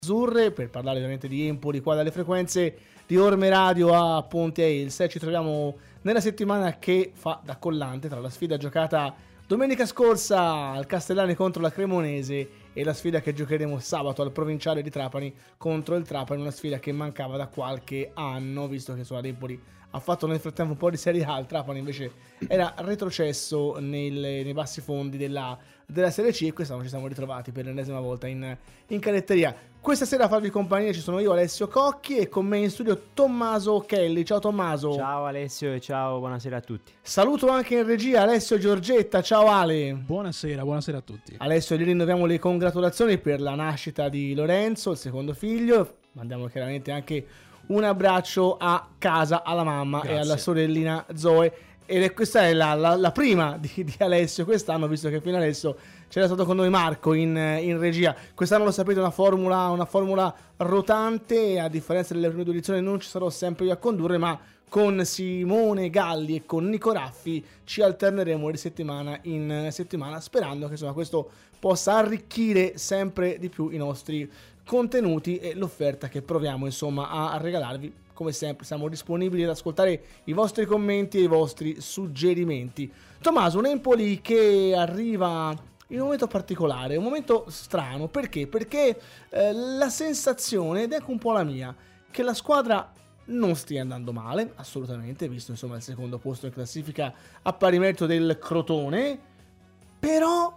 azzurre per parlare ovviamente di Empoli qua dalle frequenze di Orme Radio a Ponte Ails. Ci troviamo nella settimana che fa da collante tra la sfida giocata domenica scorsa al Castellani contro la Cremonese e la sfida che giocheremo sabato al Provinciale di Trapani contro il Trapani, una sfida che mancava da qualche anno, visto che l'Empoli ha fatto nel frattempo un po' di Serie A, il Trapani invece era retrocesso nei bassi fondi della Serie C, e quest'anno ci siamo ritrovati per l'ennesima volta in canetteria. Questa sera a farvi compagnia ci sono io, Alessio Cocchi, e con me in studio Tommaso Kelly. Ciao Tommaso. Ciao Alessio e ciao, buonasera a tutti. Saluto anche in regia Alessio Giorgetta. Ciao Ale. Buonasera a tutti. Alessio, gli rinnoviamo le congratulazioni per la nascita di Lorenzo, il secondo figlio. Mandiamo chiaramente anche un abbraccio a casa alla mamma. Grazie. E alla sorellina Zoe. Ed questa è la prima di Alessio quest'anno, visto che fino adesso c'era stato con noi Marco in regia. Quest'anno, lo sapete, una formula rotante, a differenza delle prime due edizioni non ci sarò sempre io a condurre, ma con Simone Galli e con Nico Raffi ci alterneremo di settimana in settimana, sperando che insomma questo possa arricchire sempre di più i nostri contenuti e l'offerta che proviamo insomma a regalarvi. Come sempre siamo disponibili ad ascoltare i vostri commenti e i vostri suggerimenti. Tommaso, un Empoli che arriva in un momento particolare, un momento strano. Perché? Perché la sensazione, ed è anche un po' la mia, che la squadra non stia andando male, assolutamente, visto insomma il secondo posto in classifica a pari merito del Crotone, però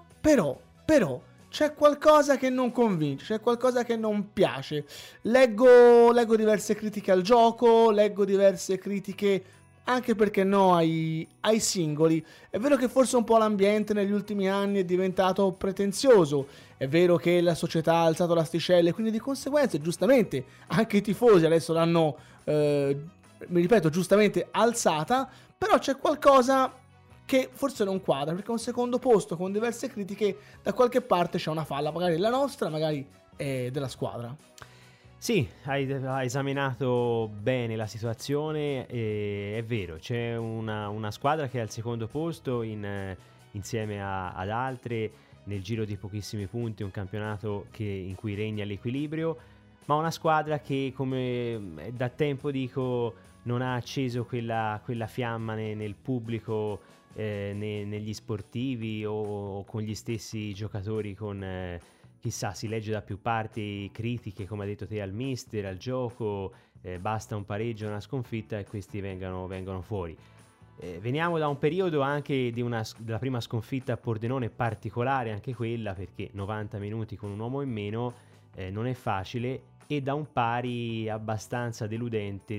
c'è qualcosa che non convince, c'è qualcosa che non piace. Leggo diverse critiche al gioco, leggo diverse critiche anche, perché no, ai singoli. È vero che forse un po' l'ambiente negli ultimi anni è diventato pretenzioso, è vero che la società ha alzato l'asticella e quindi di conseguenza giustamente anche i tifosi adesso l'hanno, mi ripeto, giustamente alzata, però c'è qualcosa che forse non quadra, perché un secondo posto con diverse critiche da qualche parte c'è una falla, magari la nostra, magari della squadra. Sì, hai esaminato bene la situazione, è vero, c'è una squadra che è al secondo posto insieme ad altre nel giro di pochissimi punti, un campionato in cui regna l'equilibrio, ma una squadra che, come da tempo dico, non ha acceso quella fiamma nel pubblico, negli sportivi o con gli stessi giocatori, chissà, si legge da più parti critiche, come ha detto te, al mister, al gioco, basta un pareggio, una sconfitta e questi vengano fuori. Veniamo da un periodo anche della prima sconfitta a Pordenone particolare, anche quella, perché 90 minuti con un uomo in meno non è facile, e da un pari abbastanza deludente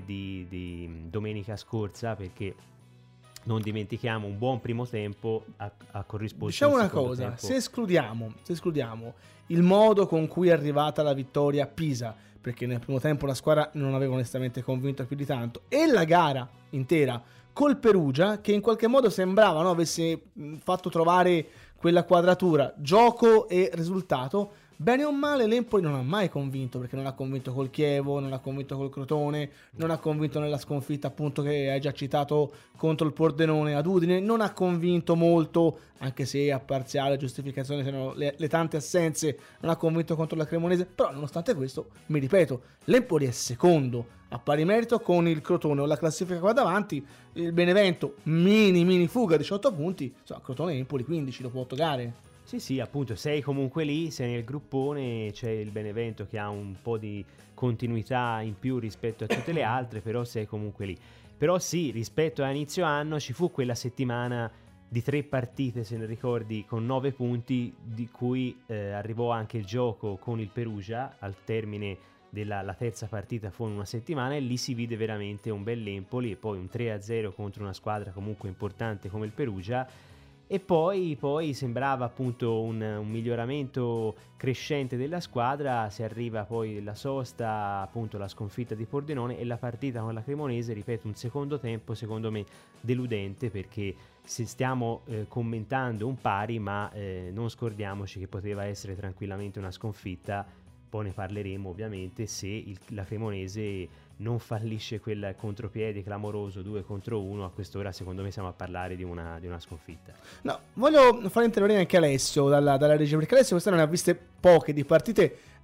di domenica scorsa, perché non dimentichiamo un buon primo tempo a corrisposto. Diciamo una cosa, tempo. Se escludiamo il modo con cui è arrivata la vittoria a Pisa, perché nel primo tempo la squadra non aveva onestamente convinto più di tanto, e la gara intera col Perugia, che in qualche modo sembrava, no, avesse fatto trovare quella quadratura gioco e risultato, bene o male l'Empoli non ha mai convinto, perché non ha convinto col Chievo, non ha convinto col Crotone, non ha convinto nella sconfitta appunto che hai già citato contro il Pordenone ad Udine, non ha convinto molto, anche se a parziale giustificazione sono le tante assenze, non ha convinto contro la Cremonese, però nonostante questo, mi ripeto, l'Empoli è secondo a pari merito con il Crotone, o la classifica qua davanti, il Benevento mini fuga 18 punti, insomma Crotone e Empoli 15 dopo 8 gare. Sì, appunto, sei comunque lì, sei nel gruppone, c'è il Benevento che ha un po' di continuità in più rispetto a tutte le altre, però sei comunque lì. Però sì, rispetto a inizio anno ci fu quella settimana di 3 partite, se ne ricordi, con 9 punti, di cui arrivò anche il gioco con il Perugia al termine della terza partita, fu in una settimana, e lì si vide veramente un bel Empoli, e poi un 3-0 contro una squadra comunque importante come il Perugia. E poi sembrava appunto un miglioramento crescente della squadra. Si arriva poi alla sosta, appunto la sconfitta di Pordenone, e la partita con la Cremonese, ripeto, un secondo tempo secondo me deludente, perché se stiamo commentando un pari, ma non scordiamoci che poteva essere tranquillamente una sconfitta. Poi ne parleremo ovviamente se la Cremonese non fallisce quel contropiede clamoroso 2-1. A quest'ora secondo me siamo a parlare di una sconfitta. No, voglio fare intervenire anche Alessio dalla regia, perché Alessio quest'anno ne ha viste poche di partite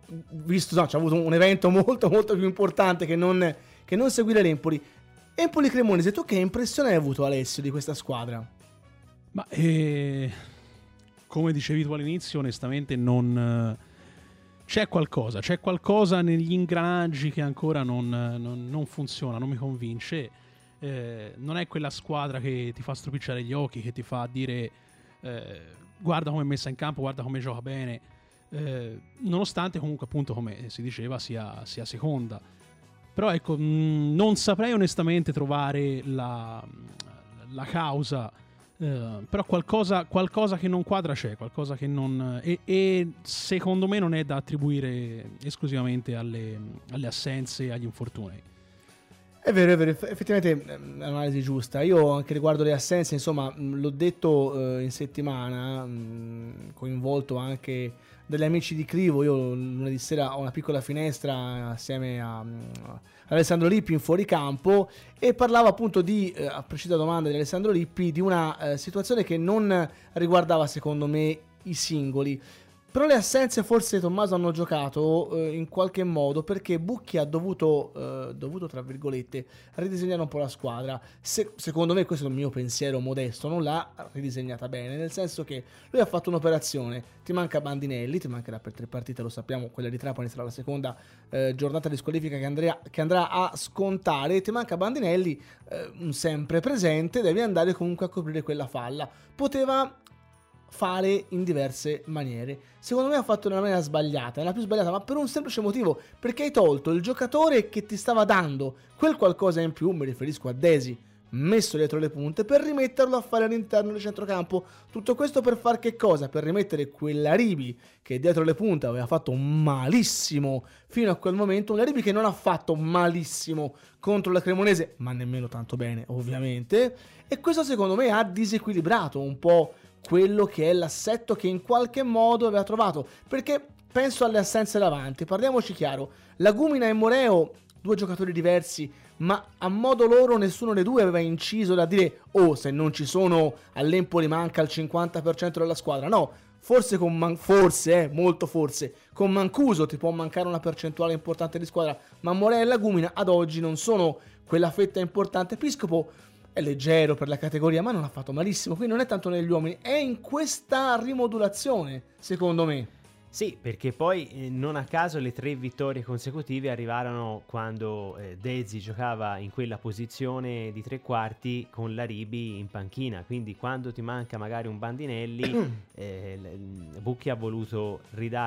visto, no, c'ha avuto un evento molto molto più importante che non seguire l'Empoli. Empoli Cremonese, tu che impressione hai avuto, Alessio, di questa squadra? Ma come dicevi tu all'inizio, onestamente non c'è qualcosa negli ingranaggi che ancora non funziona, non mi convince. Non è quella squadra che ti fa stropicciare gli occhi, che ti fa dire guarda come è messa in campo, guarda come gioca bene, nonostante comunque appunto, come si diceva, sia seconda. Però ecco, non saprei onestamente trovare la causa, però qualcosa che non quadra c'è, qualcosa che non... E secondo me non è da attribuire esclusivamente alle assenze, agli infortuni. È vero, effettivamente è un'analisi giusta. Io anche riguardo le assenze, insomma, l'ho detto in settimana, coinvolto anche dagli amici di Crivo. Io lunedì sera ho una piccola finestra assieme a Alessandro Lippi in fuoricampo e parlavo appunto di, a precisa domanda di Alessandro Lippi, di una situazione che non riguardava secondo me i singoli. Però le assenze forse Tommaso hanno giocato in qualche modo, perché Bucchi ha dovuto tra virgolette ridisegnare un po' la squadra. Secondo me, questo è il mio pensiero modesto, non l'ha ridisegnata bene, nel senso che lui ha fatto un'operazione, ti manca Bandinelli, ti mancherà per 3 partite, lo sappiamo, quella di Trapani sarà la seconda giornata di squalifica che andrà a scontare, ti manca Bandinelli, un sempre presente, devi andare comunque a coprire quella falla. Poteva fare in diverse maniere. Secondo me ha fatto nella maniera sbagliata, è la più sbagliata, ma per un semplice motivo, perché hai tolto il giocatore che ti stava dando quel qualcosa in più, mi riferisco a Desi, messo dietro le punte, per rimetterlo a fare all'interno del centrocampo. Tutto questo per far che cosa? Per rimettere quell'Aribi che dietro le punte aveva fatto malissimo fino a quel momento, un Aribi che non ha fatto malissimo contro la Cremonese, ma nemmeno tanto bene ovviamente, e questo secondo me ha disequilibrato un po' quello che è l'assetto che in qualche modo aveva trovato, perché penso alle assenze davanti, parliamoci chiaro, Lagumina e Moreo, 2 giocatori diversi, ma a modo loro nessuno dei due aveva inciso da dire se non ci sono all'Empoli manca il 50% della squadra. No, forse molto forse con Mancuso ti può mancare una percentuale importante di squadra, ma Moreo e Lagumina ad oggi non sono quella fetta importante. Piscopo è leggero per la categoria, ma non ha fatto malissimo, quindi non è tanto negli uomini, è in questa rimodulazione, secondo me. Sì, perché poi non a caso le 3 vittorie consecutive arrivarono quando Dezi giocava in quella posizione di 3 quarti con l'Aribi in panchina, quindi quando ti manca magari un Bandinelli Bucchi ha voluto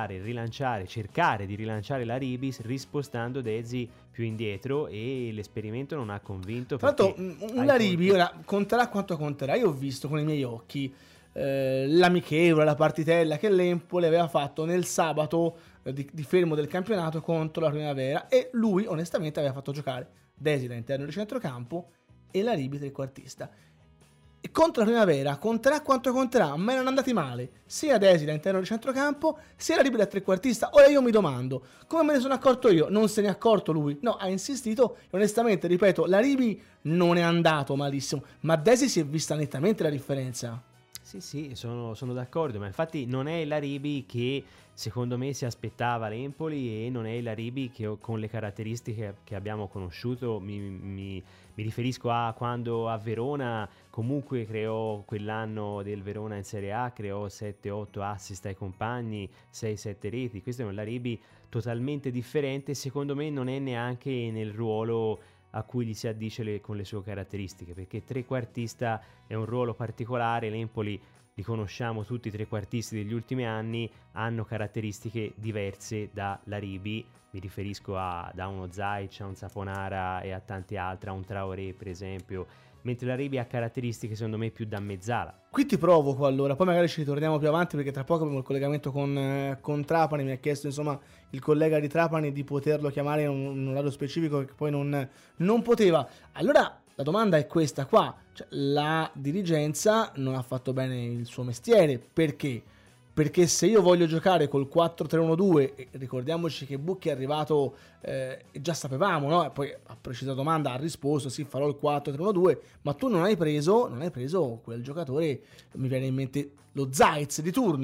cercare di rilanciare l'Aribi rispostando Dezi più indietro, e l'esperimento non ha convinto. Tra l'altro un Aribi ora conterà quanto conterà. Io ho visto con i miei occhi l'amichevole, la partitella che l'Empoli aveva fatto nel sabato di fermo del campionato contro la Primavera, e lui onestamente aveva fatto giocare Desi da interno di centrocampo e l'Aribi trequartista. E contro la Primavera conterà quanto conterà, ma erano andati male sia Desi da interno di centrocampo sia l'Aribi da trequartista. Ora io mi domando, come me ne sono accorto io? Non se ne è accorto lui? No, ha insistito, e onestamente, ripeto, l'Aribi non è andato malissimo, ma Desi si è vista nettamente la differenza. Sì, sono d'accordo, ma infatti non è l'Aribi che secondo me si aspettava l'Empoli, e non è l'Aribi che con le caratteristiche che abbiamo conosciuto. Mi riferisco a quando a Verona comunque creò, quell'anno del Verona in Serie A, creò 7-8 assist ai compagni, 6-7 reti. Questo è un l'Aribi totalmente differente, secondo me non è neanche nel ruolo a cui gli si addice con le sue caratteristiche, perché trequartista è un ruolo particolare. L'Empoli, li conosciamo tutti, i trequartisti degli ultimi anni hanno caratteristiche diverse da l'Aribi. Mi riferisco da uno Zaic, a un Saponara e a tanti altri, a un Traoré per esempio, mentre l'Aribi ha caratteristiche secondo me più da mezzala. Qui ti provoco allora, poi magari ci ritorniamo più avanti, perché tra poco abbiamo il collegamento con Trapani. Mi ha chiesto insomma il collega di Trapani di poterlo chiamare in un orario specifico, che poi non poteva. Allora la domanda è questa qua, cioè, la dirigenza non ha fatto bene il suo mestiere. Perché? Perché se io voglio giocare col 4-3-1-2, e ricordiamoci che Bucchi è arrivato, già sapevamo, no? E poi a precisa domanda ha risposto, sì, farò il 4-3-1-2, ma tu non hai preso quel giocatore, mi viene in mente lo Zaic di turno.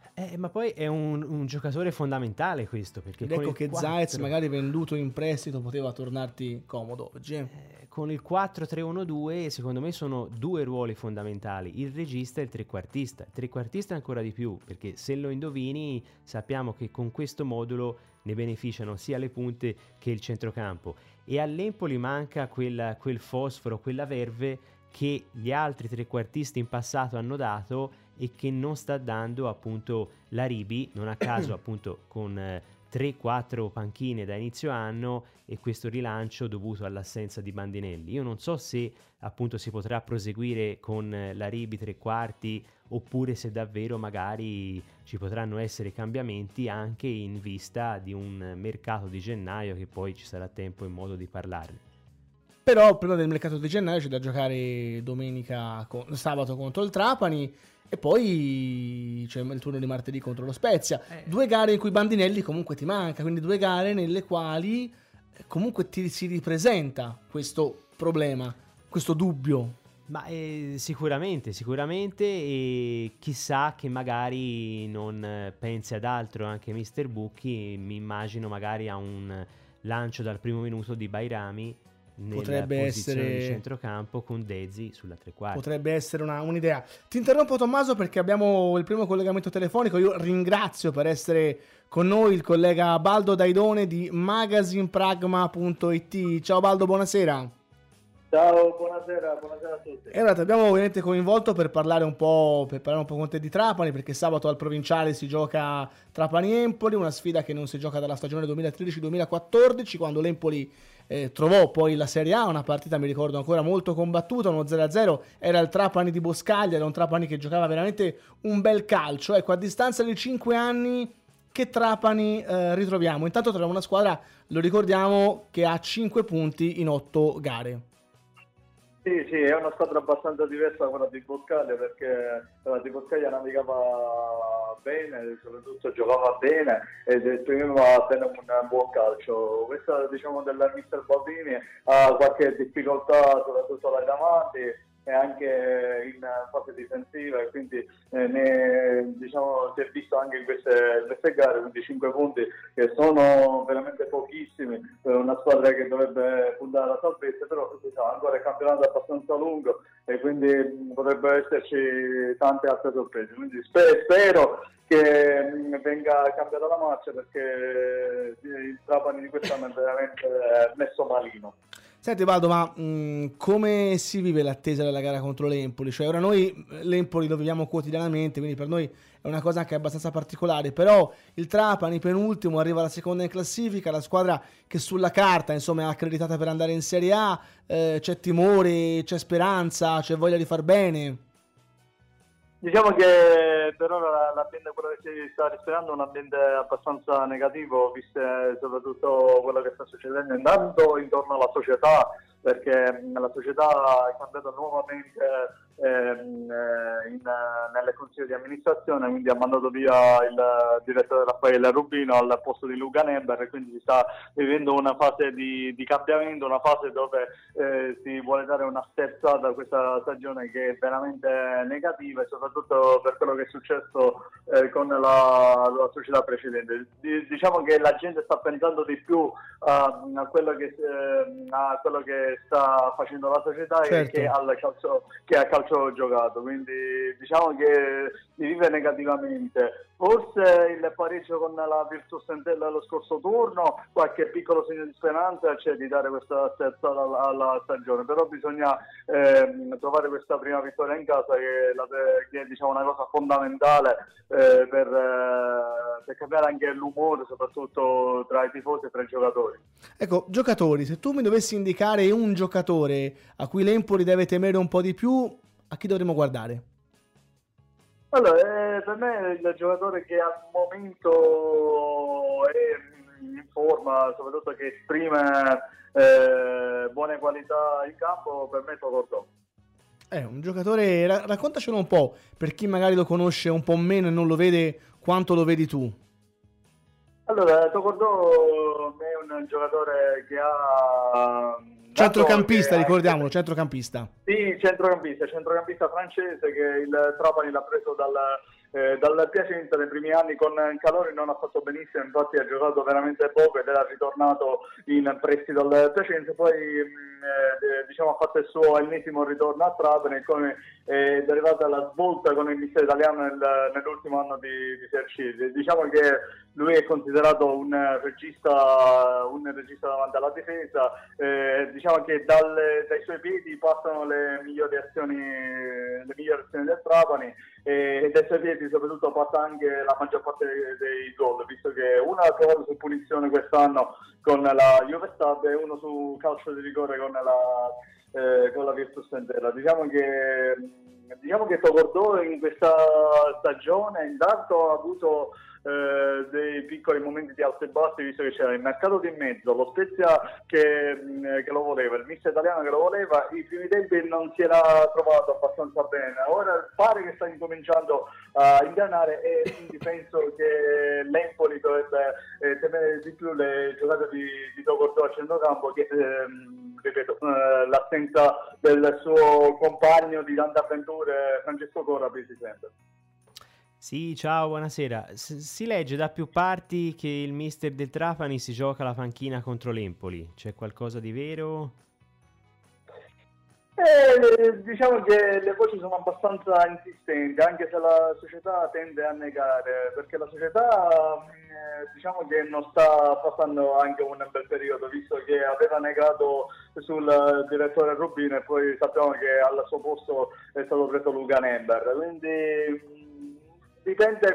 Ma poi è un giocatore fondamentale questo, perché ed ecco che Zayt magari venduto in prestito poteva tornarti comodo oggi. Con il 4-3-1-2 secondo me sono due ruoli fondamentali, il regista e il trequartista. Il trequartista ancora di più, perché se lo indovini sappiamo che con questo modulo ne beneficiano sia le punte che il centrocampo, e all'Empoli manca quel fosforo, quella verve che gli altri trequartisti in passato hanno dato e che non sta dando appunto la Ribi, non a caso appunto con 3-4 panchine da inizio anno e questo rilancio dovuto all'assenza di Bandinelli. Io non so se appunto si potrà proseguire con la Ribi tre quarti oppure se davvero magari ci potranno essere cambiamenti anche in vista di un mercato di gennaio che poi ci sarà tempo e modo di parlarne. Però prima del mercato di gennaio c'è da giocare sabato contro il Trapani e poi c'è il turno di martedì contro lo Spezia. 2 gare in cui Bandinelli comunque ti manca, quindi 2 gare nelle quali comunque si ripresenta questo problema, questo dubbio. Ma sicuramente, e chissà che magari non pensi ad altro anche Mr. Bucchi, mi immagino magari a un lancio dal primo minuto di Bairami potrebbe posizione essere di centrocampo con Dezi sulla tre quarti. Potrebbe essere un'idea. Ti interrompo Tommaso perché abbiamo il primo collegamento telefonico. Io ringrazio per essere con noi il collega Baldo Daidone di magazinepragma.it. Ciao Baldo, buonasera. Ciao, buonasera a tutti. E allora ti abbiamo ovviamente coinvolto per parlare un po' con te di Trapani, perché sabato al provinciale si gioca Trapani-Empoli, una sfida che non si gioca dalla stagione 2013-2014, quando l'Empoli trovò poi la Serie A, una partita mi ricordo ancora molto combattuta, uno 0-0, era il Trapani di Boscaglia, era un Trapani che giocava veramente un bel calcio. Ecco, a distanza di 5 anni che Trapani ritroviamo? Intanto troviamo una squadra, lo ricordiamo, che ha 5 punti in 8 gare. Sì, è una squadra abbastanza diversa da quella di Boscaglia, perché quella di Boscaglia navigava bene, soprattutto giocava bene ed esprimeva bene un buon calcio. Questa, diciamo, del mister Baldini ha qualche difficoltà soprattutto là davanti e anche in fase difensiva, e quindi diciamo, si è visto anche in queste gare, quindi 5 punti che sono veramente pochissimi per una squadra che dovrebbe puntare alla salvezza, però ancora il campionato è abbastanza lungo e quindi potrebbero esserci tante altre sorprese, quindi spero che venga cambiata la marcia, perché il Trapani di quest'anno è veramente messo malino. Senti Baldo, ma come si vive l'attesa della gara contro l'Empoli? Cioè ora noi l'Empoli lo viviamo quotidianamente, quindi per noi è una cosa anche abbastanza particolare, però il Trapani penultimo arriva alla seconda in classifica, la squadra che sulla carta insomma è accreditata per andare in Serie A, c'è timore, c'è speranza, c'è voglia di far bene. Diciamo che per ora l'ambiente, quello che si sta rispettando, è un ambiente abbastanza negativo, visto soprattutto quello che sta succedendo intanto intorno alla società, perché la società è cambiata nuovamente nelle consigli di amministrazione, quindi ha mandato via il direttore Raffaele Rubino al posto di Luca Neber, e quindi si sta vivendo una fase di cambiamento, una fase dove si vuole dare una sterzata a questa stagione che è veramente negativa, e soprattutto per quello che è successo con la società precedente. Diciamo che la gente sta pensando di più a quello che sta facendo la società, certo, e che al calcio giocato, quindi diciamo che si vive negativamente. Forse il pareggio con la Virtus Entella lo scorso turno, qualche piccolo segno di speranza c'è di dare questa sterzata alla stagione, però bisogna trovare questa prima vittoria in casa che è diciamo una cosa fondamentale per cambiare anche l'umore, soprattutto tra i tifosi e tra i giocatori. Ecco, giocatori, se tu mi dovessi indicare un giocatore a cui l'Empoli deve temere un po' di più, a chi dovremmo guardare? Allora, per me il giocatore che al momento è in forma, soprattutto che esprime buone qualità in campo, per me è Tocordò. Un giocatore, raccontacelo un po', per chi magari lo conosce un po' meno e non lo vede quanto lo vedi tu. Allora, Tocordò è un giocatore che ha... Centrocampista, ricordiamolo, centrocampista. Sì, centrocampista francese, che il Trapani l'ha preso dal Piacenza nei primi anni con Calori non ha fatto benissimo, infatti ha giocato veramente poco ed era ritornato in prestito al Piacenza, poi diciamo ha fatto il suo ennesimo ritorno a Trapani e come è arrivata la svolta con il mister italiano nell'ultimo anno di Serie C. Diciamo che lui è considerato un regista davanti alla difesa, diciamo che dai suoi piedi passano le migliori azioni del Trapani, e dai suoi piedi soprattutto passa anche la maggior parte dei gol, visto che uno ha trovato su punizione quest'anno con la Juve Stabia e uno su calcio di rigore con la Virtus Entella. Diciamo che Togordò in questa stagione intanto ha avuto dei piccoli momenti di alti e bassi, visto che c'era il mercato di mezzo, lo Spezia che lo voleva, il mister italiano che lo voleva. I primi tempi non si era trovato abbastanza bene, ora pare che sta incominciando a ingannare, e quindi penso che l'Empoli dovrebbe temere di più le giocate di Togordò a centrocampo, che ripeto, l'assenza del suo compagno di tante avventure Francesco Corrapi si sente. Sì, ciao, buonasera. Si legge da più parti che il mister del Trapani si gioca la panchina contro l'Empoli. C'è qualcosa di vero? Diciamo che le voci sono abbastanza insistenti, anche se la società tende a negare, perché la società diciamo che non sta passando anche un bel periodo, visto che aveva negato sul direttore Rubino e poi sappiamo che al suo posto è stato preso Luca Nember, quindi dipende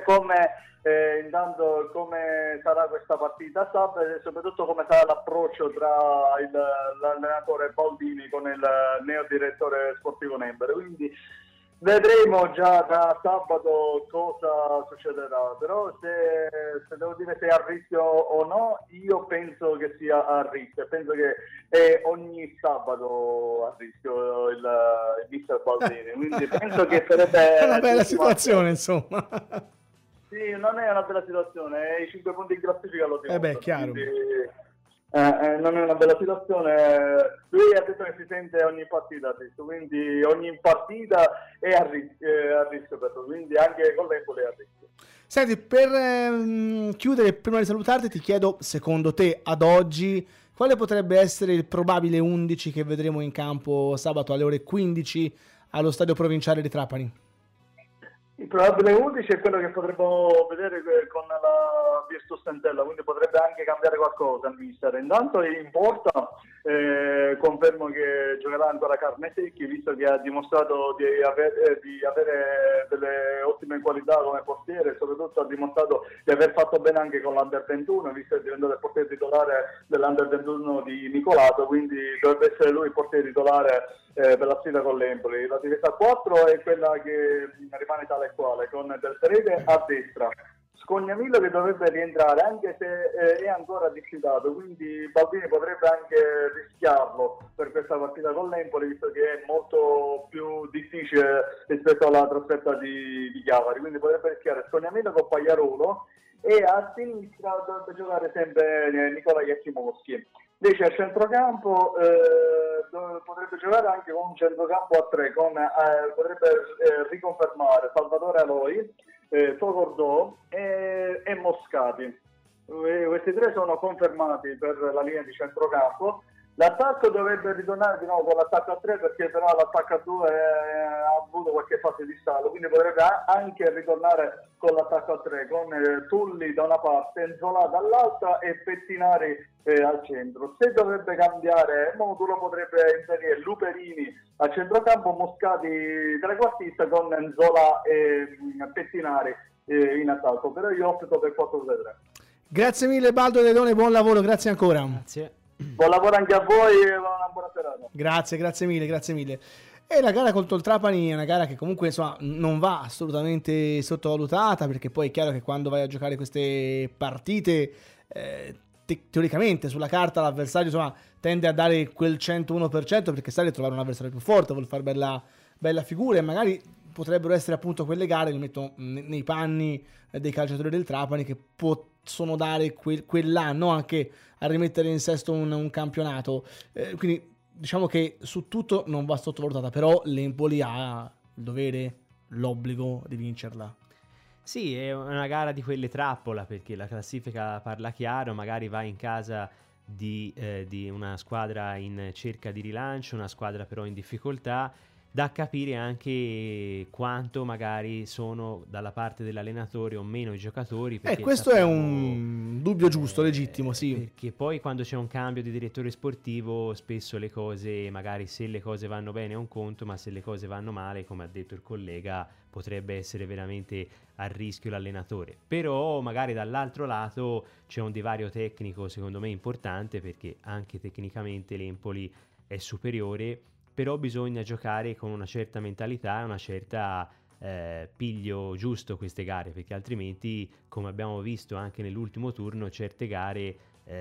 intanto come sarà questa partita e soprattutto come sarà l'approccio tra l'allenatore Baldini con il neo direttore sportivo Nember, quindi vedremo già da sabato cosa succederà. Però se devo dire se è a rischio o no, io penso che sia a rischio, penso che è ogni sabato a rischio il mister Baldini, quindi penso che sarebbe è una bella situazione, insomma. Sì, non è una bella situazione, i 5 punti in classifica lo dimostrano. Chiaro. Quindi, non è una bella situazione. Lui ha detto che si sente ogni partita a rischio, quindi ogni partita è a rischio per lui, quindi anche con l'Empoli è a rischio. Senti, per chiudere, prima di salutarti, ti chiedo, secondo te, ad oggi, quale potrebbe essere il probabile 11 che vedremo in campo sabato alle ore 15 allo stadio provinciale di Trapani? Il probabile 11 è quello che potremmo vedere con la Virtus Entella, quindi potrebbe anche cambiare qualcosa il mister. Intanto in porta confermo che giocherà ancora Carnesecchi, visto che ha dimostrato di avere delle ottime qualità come portiere, e soprattutto ha dimostrato di aver fatto bene anche con l'Under 21, visto che è diventato il portiere titolare dell'Under 21 di Nicolato, quindi dovrebbe essere lui il portiere titolare per la sfida con l'Empoli. La difesa 4 è quella che rimane tale e quale, con Del Serede a destra, Scognamillo che dovrebbe rientrare anche se è ancora diffidato, quindi Baldini potrebbe anche rischiarlo per questa partita con l'Empoli, visto che è molto più difficile rispetto alla trasferta di Chiavari, quindi potrebbe rischiare Scognamillo con Pagliarulo, e a sinistra dovrebbe giocare sempre Nicola Iachimoschi. Invece a centrocampo potrebbe giocare anche con un centrocampo a 3, potrebbe riconfermare Salvatore Aloi, Togordò e Moscati. Questi tre sono confermati per la linea di centrocampo. L'attacco dovrebbe ritornare di nuovo con l'attacco a 3, perché però l'attacco a 2 ha avuto qualche fase di stallo, quindi potrebbe anche ritornare con l'attacco a 3, con Tulli da una parte, Nzola dall'altra e Pettinari al centro. Se dovrebbe cambiare modulo potrebbe inserire Luperini a centrocampo, Moscati trequartista con Nzola e Pettinari in attacco, però io opto per 4-2-3. Grazie mille Baldo Dedone, buon lavoro, grazie ancora. Grazie. Buon lavoro anche a voi e una buona serata. Grazie mille. E la gara contro il Trapani è una gara che comunque insomma non va assolutamente sottovalutata, perché poi è chiaro che quando vai a giocare queste partite teoricamente sulla carta l'avversario insomma tende a dare quel 101%, perché sa di trovare un avversario più forte, vuol fare bella figura, e magari potrebbero essere appunto quelle gare, mi metto nei panni dei calciatori del Trapani, che possono dare quell'anno anche a rimettere in sesto un campionato, quindi diciamo che su tutto non va sottovalutata, però l'Empoli ha il dovere, l'obbligo di vincerla. Sì, è una gara di quelle trappola, perché la classifica parla chiaro, magari vai in casa di una squadra in cerca di rilancio, una squadra però in difficoltà, da capire anche quanto magari sono dalla parte dell'allenatore o meno i giocatori. Questo è un dubbio giusto, legittimo, sì. Perché poi quando c'è un cambio di direttore sportivo, spesso le cose, magari se le cose vanno bene è un conto, ma se le cose vanno male, come ha detto il collega, potrebbe essere veramente a rischio l'allenatore. Però magari dall'altro lato c'è un divario tecnico secondo me importante, perché anche tecnicamente l'Empoli è superiore, però bisogna giocare con una certa mentalità e una certa piglio giusto queste gare, perché altrimenti, come abbiamo visto anche nell'ultimo turno, certe gare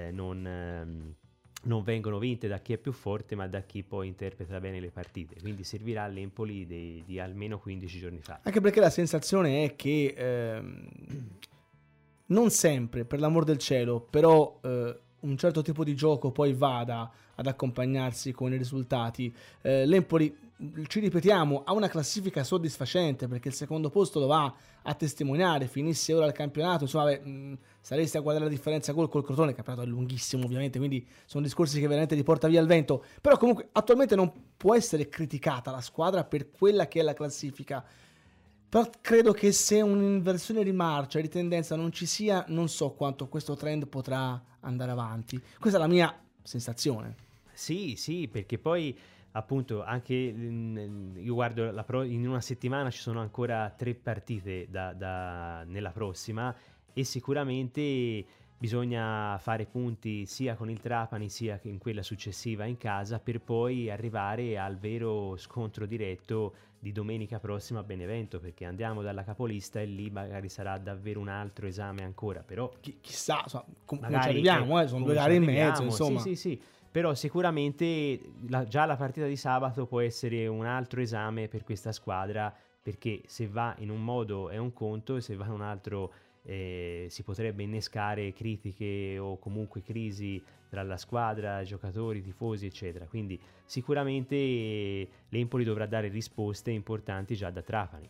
non vengono vinte da chi è più forte, ma da chi poi interpreta bene le partite. Quindi servirà all'Empoli di almeno 15 giorni fa. Anche perché la sensazione è che non sempre, per l'amor del cielo, però un certo tipo di gioco poi vada ad accompagnarsi con i risultati. L'Empoli, ci ripetiamo, ha una classifica soddisfacente, perché il secondo posto lo va a testimoniare. Finisse ora il campionato, insomma, saresti a guardare la differenza gol col Crotone. Il campionato è lunghissimo ovviamente, quindi sono discorsi che veramente li porta via il vento, però comunque attualmente non può essere criticata la squadra per quella che è la classifica. Però credo che se un'inversione di marcia, di tendenza non ci sia, non so quanto questo trend potrà andare avanti. Questa è la mia sensazione. Sì, perché poi appunto anche io guardo in una settimana ci sono ancora 3 partite nella prossima, e sicuramente bisogna fare punti sia con il Trapani sia che in quella successiva in casa, per poi arrivare al vero scontro diretto di domenica prossima a Benevento, perché andiamo dalla capolista e lì magari sarà davvero un altro esame ancora. Però chissà, insomma, come ci magari arriviamo, sono 2 gare in mezzo, insomma. Sì. Però sicuramente già la partita di sabato può essere un altro esame per questa squadra, perché se va in un modo è un conto, e se va in un altro si potrebbe innescare critiche o comunque crisi tra la squadra, giocatori, tifosi, eccetera. Quindi sicuramente l'Empoli dovrà dare risposte importanti già da Trapani.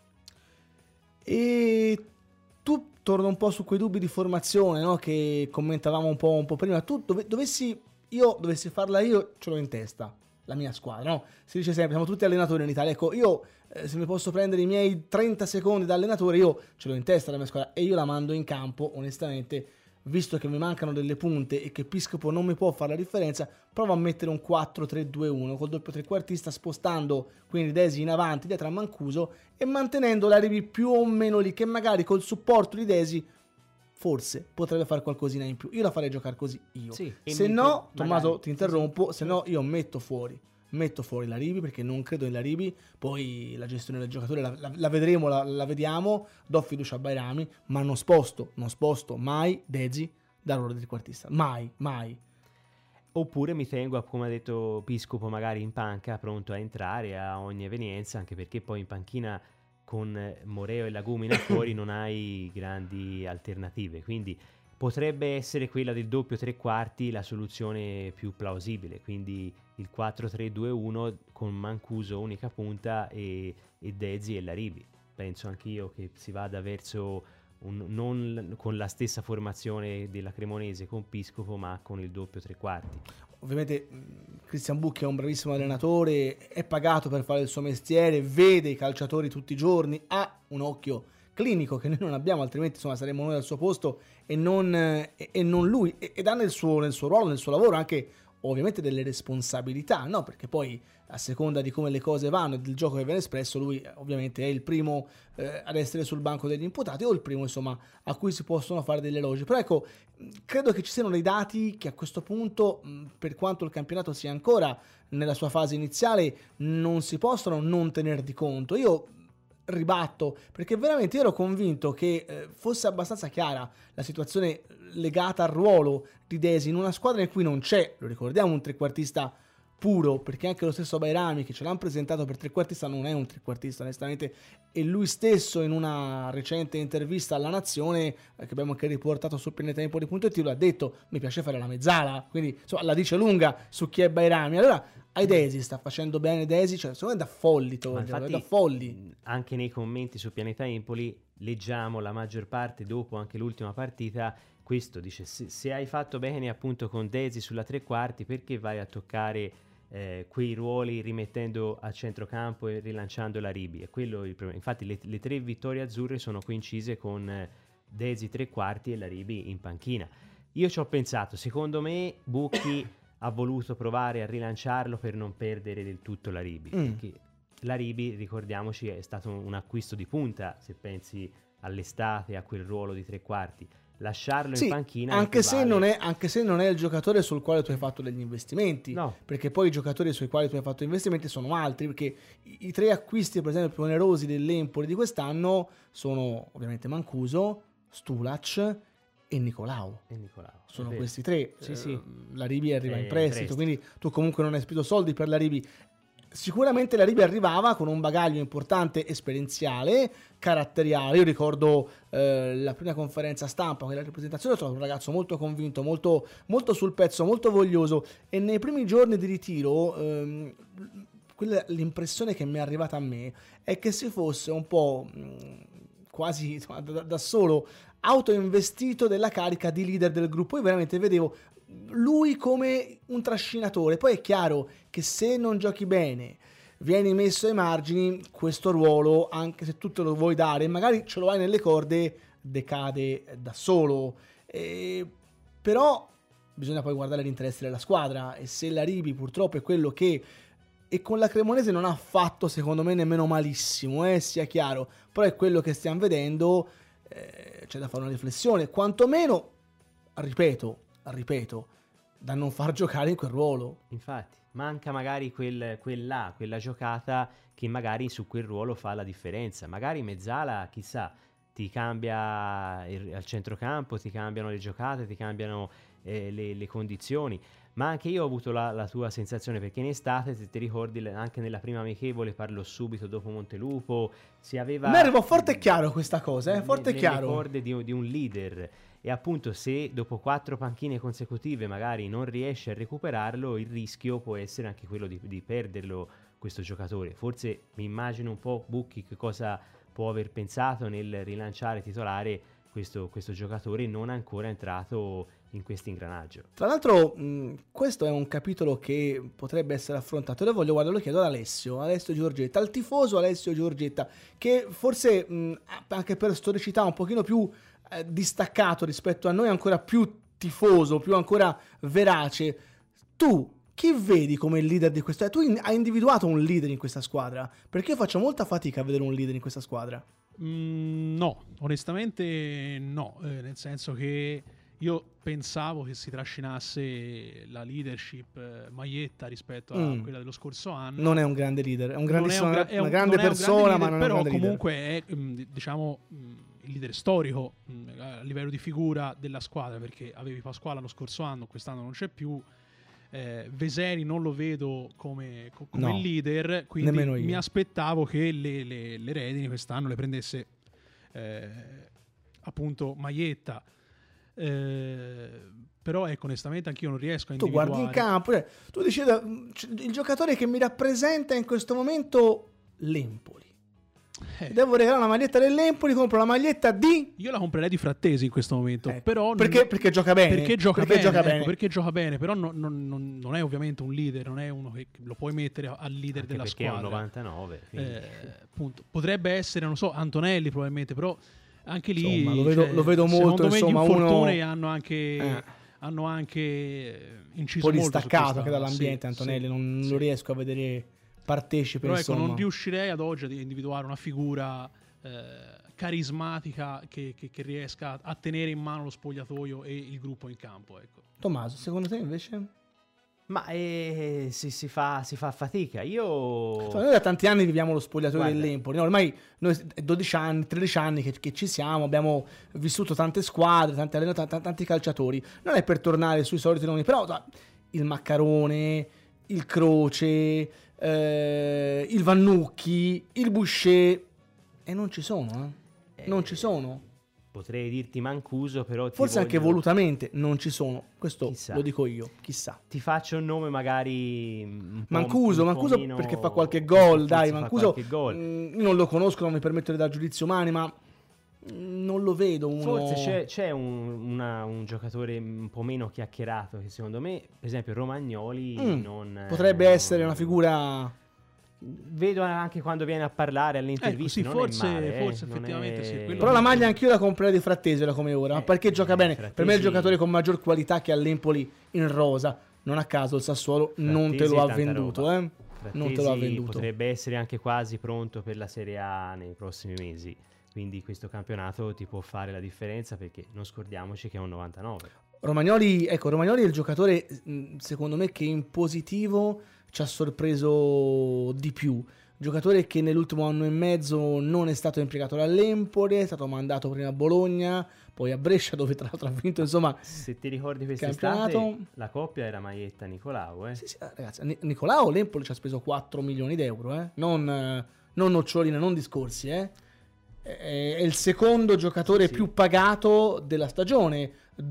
E tu torna un po' su quei dubbi di formazione, no? Che commentavamo un po' prima. Tu dovessi farla io, ce l'ho in testa la mia squadra, no? Si dice sempre, siamo tutti allenatori in Italia. Ecco, io se mi posso prendere i miei 30 secondi da allenatore, io ce l'ho in testa la mia squadra e io la mando in campo, onestamente, visto che mi mancano delle punte e che Piscopo non mi può fare la differenza. Provo a mettere un 4-3-2-1 col doppio trequartista, spostando quindi Desi in avanti dietro a Mancuso e mantenendo l'Aribi più o meno lì, che magari col supporto di Desi forse potrebbe fare qualcosina in più. Io la farei giocare così io. Sì, se no, Tommaso, ti interrompo, se no io metto fuori l'Aribi, perché non credo nell'Aribi. Poi la gestione del giocatore la vedremo, la vediamo. Do fiducia a Bairami, ma non sposto mai Dezi da ruolo di trequartista, mai. Oppure mi tengo, come ha detto Piscopo, magari in panca, pronto a entrare a ogni evenienza, anche perché poi in panchina con Moreo e Lagumina fuori non hai grandi alternative, quindi potrebbe essere quella del doppio tre quarti la soluzione più plausibile, quindi il 4-3-2-1 con Mancuso unica punta e Dezi e Laribi. Penso anch'io che si vada verso non con la stessa formazione della Cremonese con Piscopo, ma con il doppio tre quarti. Ovviamente Christian Bucchi è un bravissimo allenatore, è pagato per fare il suo mestiere, vede i calciatori tutti i giorni, ha un occhio clinico che noi non abbiamo, altrimenti insomma saremmo noi al suo posto e non lui, ed ha nel suo ruolo, nel suo lavoro anche ovviamente delle responsabilità, no? Perché poi a seconda di come le cose vanno e del gioco che viene espresso, lui ovviamente è il primo ad essere sul banco degli imputati, o il primo insomma a cui si possono fare degli elogi. Però ecco, credo che ci siano dei dati che a questo punto, per quanto il campionato sia ancora nella sua fase iniziale, non si possono non tener di conto. Io ribatto, perché veramente io ero convinto che fosse abbastanza chiara la situazione legata al ruolo di Desi in una squadra in cui non c'è, lo ricordiamo, un trequartista puro, perché anche lo stesso Bairami che ce l'hanno presentato per trequartista non è un trequartista onestamente, e lui stesso in una recente intervista alla Nazione che abbiamo anche riportato su pianetempoli.it lo ha detto: mi piace fare la mezzala, quindi insomma la dice lunga su chi è Bairami. Allora ai Desi sta facendo bene Desi, cioè secondo me è da folli, da folli. Anche nei commenti su Pianeta Empoli leggiamo la maggior parte dopo anche l'ultima partita, questo dice: se hai fatto bene appunto con Desi sulla tre quarti, perché vai a toccare quei ruoli rimettendo a centrocampo e rilanciando la Ribi? È quello il problema. Infatti le 3 vittorie azzurre sono coincise con Desi tre quarti e la Ribi in panchina. Io ci ho pensato, secondo me Bucchi ha voluto provare a rilanciarlo per non perdere del tutto la Ribi, perché la Ribi, ricordiamoci, è stato un acquisto di punta, se pensi all'estate, a quel ruolo di tre quarti. Lasciarlo in panchina anche se non è il giocatore sul quale tu hai fatto degli investimenti, no, perché poi i giocatori sui quali tu hai fatto investimenti sono altri, perché i 3 acquisti per esempio più onerosi dell'Empoli di quest'anno sono ovviamente Mancuso, Stulac e Nicolau. Sono questi 3. Sì. La Ribi arriva in prestito, quindi tu comunque non hai speso soldi per la Ribi. Sicuramente la Ribi arrivava con un bagaglio importante, esperienziale, caratteriale. Io ricordo la prima conferenza stampa, quella presentazione, ho trovato un ragazzo molto convinto, molto, molto sul pezzo, molto voglioso, e nei primi giorni di ritiro l'impressione che mi è arrivata a me è che si fosse un po' quasi da solo autoinvestito della carica di leader del gruppo. Io veramente vedevo lui come un trascinatore. Poi è chiaro che se non giochi bene, vieni messo ai margini, questo ruolo, anche se tu te lo vuoi dare, magari ce lo hai nelle corde, decade da solo. Però bisogna poi guardare l'interesse della squadra, e se la Ribi purtroppo è quello che, e con la Cremonese non ha fatto secondo me nemmeno malissimo, sia chiaro, però è quello che stiamo vedendo, c'è da fare una riflessione, quantomeno, ripeto, da non far giocare in quel ruolo. Infatti manca magari quella giocata che magari su quel ruolo fa la differenza. Magari Mezzala, chissà, ti cambia al centrocampo, ti cambiano le giocate, ti cambiano le condizioni. Ma anche io ho avuto la tua sensazione, perché in estate, se ti ricordi, anche nella prima amichevole, parlo subito dopo Montelupo, si aveva... Mi arrivò forte e chiaro questa cosa, forte e chiaro. Le corde di un leader. E appunto, se dopo 4 panchine consecutive magari non riesci a recuperarlo, il rischio può essere anche quello di perderlo, questo giocatore. Forse mi immagino un po' Bucchi che cosa può aver pensato nel rilanciare titolare questo giocatore non ancora entrato in questo ingranaggio. Tra l'altro questo è un capitolo che potrebbe essere affrontato. Lo chiedo ad Alessio Giorgetta, al tifoso Alessio Giorgetta, che forse anche per storicità un pochino più distaccato rispetto a noi, ancora più tifoso, più ancora verace. Tu chi vedi come il leader di questa? Tu hai individuato un leader in questa squadra? Perché io faccio molta fatica a vedere un leader in questa squadra. No, onestamente no, nel senso che io pensavo che si trascinasse la leadership Maietta rispetto a quella dello scorso anno. Non è un grande leader, è un grandissimo, una grande persona, ma non è un grande leader. Però comunque è, diciamo, il leader storico a livello di figura della squadra, perché avevi Pasquale lo scorso anno, quest'anno non c'è più. Veseri non lo vedo come leader, quindi mi aspettavo che le redini quest'anno le prendesse appunto Maietta. Però ecco, onestamente anch'io non riesco a individuare. Tu guardi in campo, tu dici il giocatore che mi rappresenta in questo momento l'Empoli. Devo regalare una maglietta dell'Empoli, compro la maglietta di... Io la comprerei di Frattesi in questo momento, però perché gioca bene. Perché gioca bene, però non è ovviamente un leader, non è uno che lo puoi mettere al leader anche della perché squadra. Perché è un 99. Appunto. Potrebbe essere, non so, Antonelli probabilmente, però anche lì insomma, lo vedo molto, secondo me gli infortuni uno... hanno anche inciso un po' molto distaccato anche dall'ambiente, Antonelli, non lo riesco a vedere partecipe. Però ecco, non riuscirei ad oggi a individuare una figura carismatica che riesca a tenere in mano lo spogliatoio e il gruppo in campo, ecco. Tommaso, secondo te invece? Ma si fa fatica. Noi da tanti anni viviamo lo spogliatoio dell'Empoli, no? Ormai noi 12 anni, 13 anni che ci siamo, abbiamo vissuto tante squadre, tanti allenatori, tanti calciatori. Non è per tornare sui soliti nomi, però il Maccarone, il Croce, il Vannucchi, il Boucher, e non ci sono, non ci sono. Potrei dirti Mancuso, però forse anche volutamente non ci sono. Questo chissà. Lo dico io, chissà. Ti faccio un nome magari Mancuso meno... perché fa qualche gol, dai, Mancuso io non lo conosco, non mi permetto di dare giudizi umani, ma non lo vedo uno... Forse c'è un giocatore un po' meno chiacchierato che secondo me, per esempio Romagnoli, potrebbe essere una figura... Vedo anche quando viene a parlare alle interviste, sì, non forse, è male, forse non effettivamente è... sì, quello Però la maglia anch'io la comprerei di Frattesi come ora, perché gioca bene. Frattesi... Per me è il giocatore con maggior qualità che all'Empoli in rosa. Non a caso il Sassuolo non te lo ha venduto, non te lo ha venduto. Potrebbe essere anche quasi pronto per la Serie A nei prossimi mesi. Quindi questo campionato ti può fare la differenza, perché non scordiamoci che è un 99. Romagnoli è il giocatore, secondo me, che in positivo ci ha sorpreso di più. Giocatore che nell'ultimo anno e mezzo non è stato impiegato dall'Empoli, è stato mandato prima a Bologna, poi a Brescia, dove tra l'altro ha vinto, insomma, se ti ricordi quest'estate la coppia era Maietta Nicolau, Sì, ragazzi, Nicolau l'Empoli ci ha speso 4 milioni d'euro, non noccioline, non discorsi, È il secondo giocatore più pagato della stagione,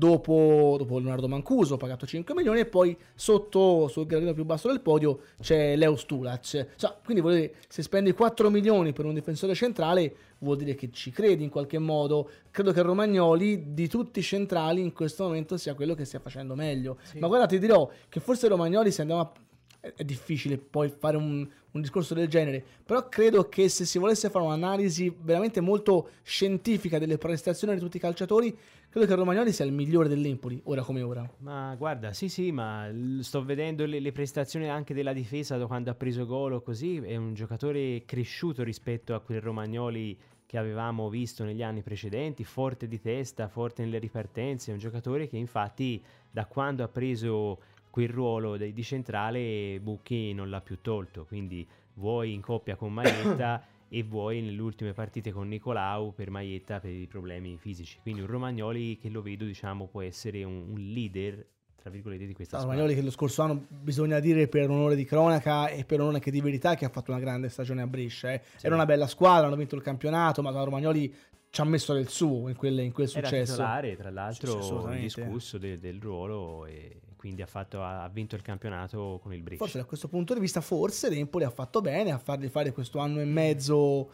dopo Leonardo Mancuso, pagato 5 milioni, e poi sotto, sul gradino più basso del podio, c'è Leo Stulac. Quindi vuol dire, se spendi 4 milioni per un difensore centrale, vuol dire che ci credi in qualche modo. Credo che Romagnoli, di tutti i centrali, in questo momento sia quello che stia facendo meglio. Sì. Ma guarda, ti dirò che forse Romagnoli, se andiamo a... È difficile poi fare un discorso del genere, però credo che se si volesse fare un'analisi veramente molto scientifica delle prestazioni di tutti i calciatori, credo che Romagnoli sia il migliore dell'Empoli, ora come ora. Ma guarda, sì, ma sto vedendo le prestazioni anche della difesa da quando ha preso gol o così, è un giocatore cresciuto rispetto a quel Romagnoli che avevamo visto negli anni precedenti, forte di testa, forte nelle ripartenze, è un giocatore che infatti da quando ha preso quel ruolo di centrale Bucchi non l'ha più tolto, quindi vuoi in coppia con Maietta e vuoi nelle ultime partite con Nicolau per Maietta per i problemi fisici, quindi un Romagnoli che lo vedo, diciamo, può essere un leader tra virgolette di questa squadra. Romagnoli che lo scorso anno, bisogna dire, per onore di cronaca e per onore anche di verità, che ha fatto una grande stagione a Brescia, Sì. Era una bella squadra, hanno vinto il campionato, ma Romagnoli ci ha messo del suo in quel successo. Era titolare, tra l'altro, indiscusso del ruolo, e quindi ha vinto il campionato con il Brescia. Forse da questo punto di vista, l'Empoli ha fatto bene a fargli fare questo anno e mezzo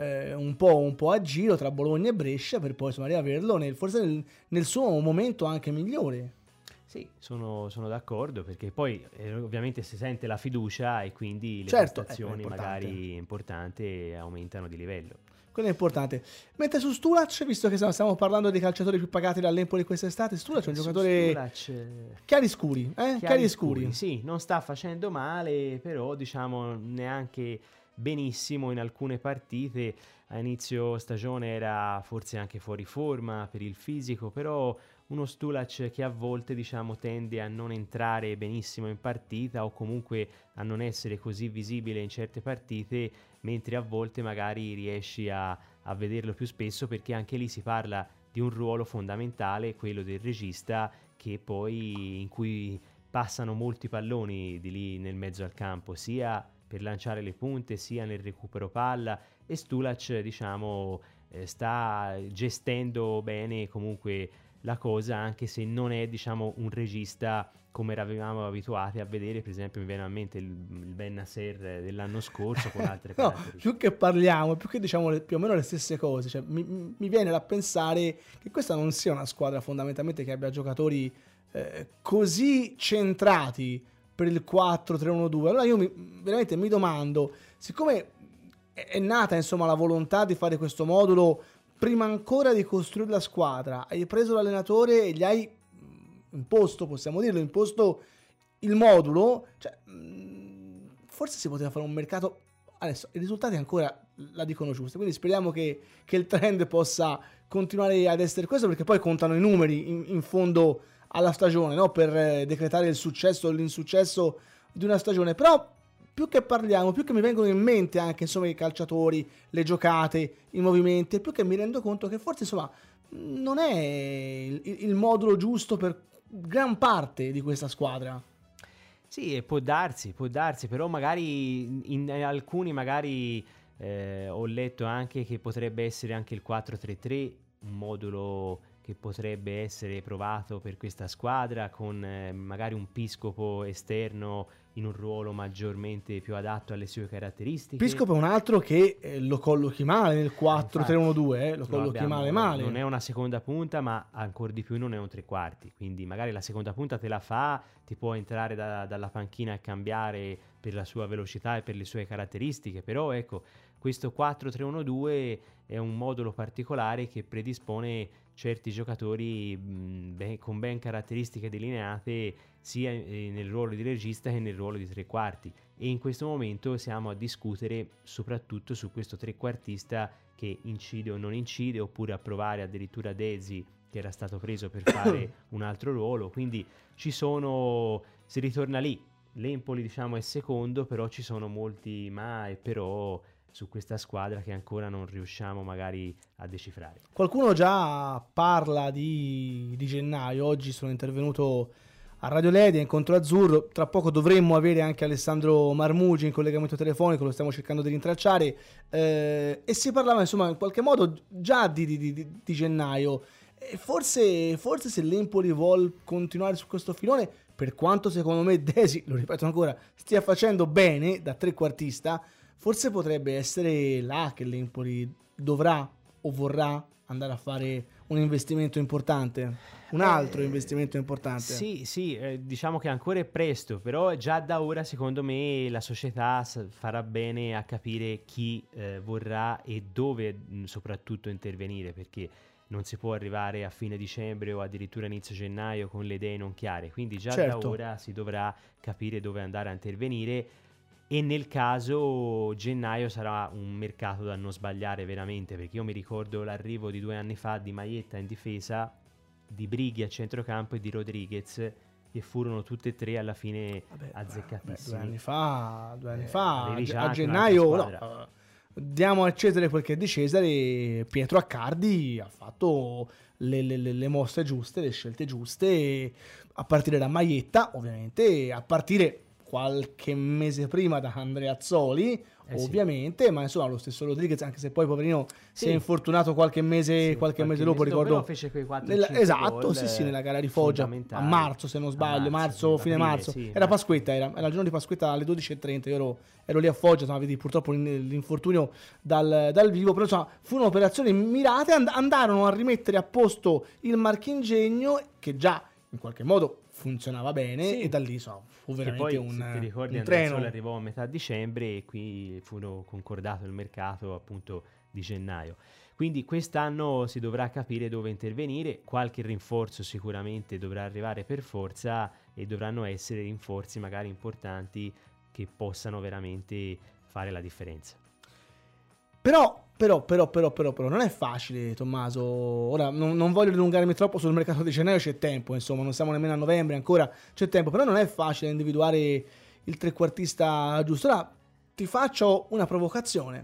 un po' a giro tra Bologna e Brescia, per poi insomma riaverlo forse nel suo momento anche migliore. Sì, sono d'accordo, perché poi ovviamente si sente la fiducia e quindi le prestazioni magari importanti aumentano di livello. Quello è importante. Mentre su Stulac, visto che stiamo parlando dei calciatori più pagati dall'Empoli quest'estate, Stulac è un giocatore chiari scuri, chiari scuri. Sì, non sta facendo male, però diciamo neanche benissimo in alcune partite. A inizio stagione era forse anche fuori forma per il fisico, però uno Stulac che a volte, diciamo, tende a non entrare benissimo in partita, o comunque a non essere così visibile in certe partite, mentre a volte magari riesci a vederlo più spesso, perché anche lì si parla di un ruolo fondamentale, quello del regista, che poi in cui passano molti palloni di lì nel mezzo al campo, sia per lanciare le punte sia nel recupero palla, e Stulac, diciamo, sta gestendo bene comunque la cosa, anche se non è, diciamo, un regista come eravamo abituati a vedere. Per esempio mi viene a mente il Bennacer dell'anno scorso con altre caratteristiche. Più che parliamo, più che diciamo più o meno le stesse cose, cioè, mi viene da pensare che questa non sia una squadra fondamentalmente che abbia giocatori così centrati per il 4-3-1-2. Allora io veramente mi domando, siccome è nata insomma la volontà di fare questo modulo prima ancora di costruire la squadra, hai preso l'allenatore e gli hai imposto, possiamo dirlo, il modulo, cioè, forse si poteva fare un mercato. Adesso i risultati ancora la dicono giusta, quindi speriamo che il trend possa continuare ad essere questo, perché poi contano i numeri in fondo alla stagione, no? Per decretare il successo o l'insuccesso di una stagione. Però più che parliamo, più che mi vengono in mente anche insomma i calciatori, le giocate, i movimenti, più che mi rendo conto che forse insomma non è il modulo giusto per gran parte di questa squadra. Sì, può darsi, però magari in alcuni magari ho letto anche che potrebbe essere anche il 4-3-3 un modulo che potrebbe essere provato per questa squadra, con magari un Piscopo esterno in un ruolo maggiormente più adatto alle sue caratteristiche. Piscopo è un altro che lo collochi male nel 4-3-1-2, lo collochi male. Non è una seconda punta, ma ancora di più non è un tre quarti, quindi magari la seconda punta te la fa, ti può entrare dalla panchina e cambiare per la sua velocità e per le sue caratteristiche, però ecco, questo 4-3-1-2 è un modulo particolare che predispone certi giocatori con ben caratteristiche delineate sia nel ruolo di regista che nel ruolo di tre quarti, e in questo momento siamo a discutere soprattutto su questo trequartista che incide o non incide, oppure a provare addirittura Desi, che era stato preso per fare un altro ruolo. Quindi si ritorna lì. L'Empoli diciamo è secondo, però ci sono molti ma e però su questa squadra che ancora non riusciamo magari a decifrare. Qualcuno già parla di gennaio. Oggi sono intervenuto a Radio Ledi, a Incontro Azzurro. Tra poco dovremmo avere anche Alessandro Marmugi in collegamento telefonico, lo stiamo cercando di rintracciare, e si parlava insomma in qualche modo già di gennaio. E forse se l'Empoli vuol continuare su questo filone, per quanto secondo me Desi, lo ripeto ancora, stia facendo bene da trequartista, forse potrebbe essere là che l'Empoli dovrà o vorrà andare a fare un investimento importante, un altro investimento importante. Sì, diciamo che ancora è presto, però già da ora secondo me la società farà bene a capire chi vorrà e dove soprattutto intervenire, perché non si può arrivare a fine dicembre o addirittura inizio gennaio con le idee non chiare, quindi già da ora si dovrà capire dove andare a intervenire, e nel caso gennaio sarà un mercato da non sbagliare veramente, perché io mi ricordo l'arrivo di 2 anni fa di Maietta in difesa, di Brighi a centrocampo e di Rodriguez, che furono tutte e tre alla fine azzeccatissimi. 2 anni fa a gennaio diamo a Cesare quel che è di Cesare. Pietro Accardi ha fatto le mosse giuste, le scelte giuste, a partire da Maietta ovviamente, a partire qualche mese prima da Andreazzoli, ovviamente, ma insomma lo stesso Rodriguez, anche se poi poverino si è infortunato qualche mese dopo, ricordo, fece quei 4 esatto, sì, nella gara di Foggia a marzo, se non sbaglio, fine marzo, era Pasquetta, era il giorno di Pasquetta alle 12:30, io ero lì a Foggia, vedi purtroppo l'infortunio dal vivo, però insomma fu un'operazione mirata, andarono a rimettere a posto il marchingegno che già in qualche modo funzionava bene, e da lì fu veramente poi, se ti ricordi, un treno. Arrivò a metà dicembre e qui fu concordato il mercato appunto di gennaio. Quindi quest'anno si dovrà capire dove intervenire, qualche rinforzo sicuramente dovrà arrivare per forza, e dovranno essere rinforzi magari importanti che possano veramente fare la differenza. Però non è facile, Tommaso. Ora non voglio dilungarmi troppo sul mercato di gennaio, c'è tempo, insomma, non siamo nemmeno a novembre ancora, c'è tempo, però non è facile individuare il trequartista giusto. Ora ti faccio una provocazione.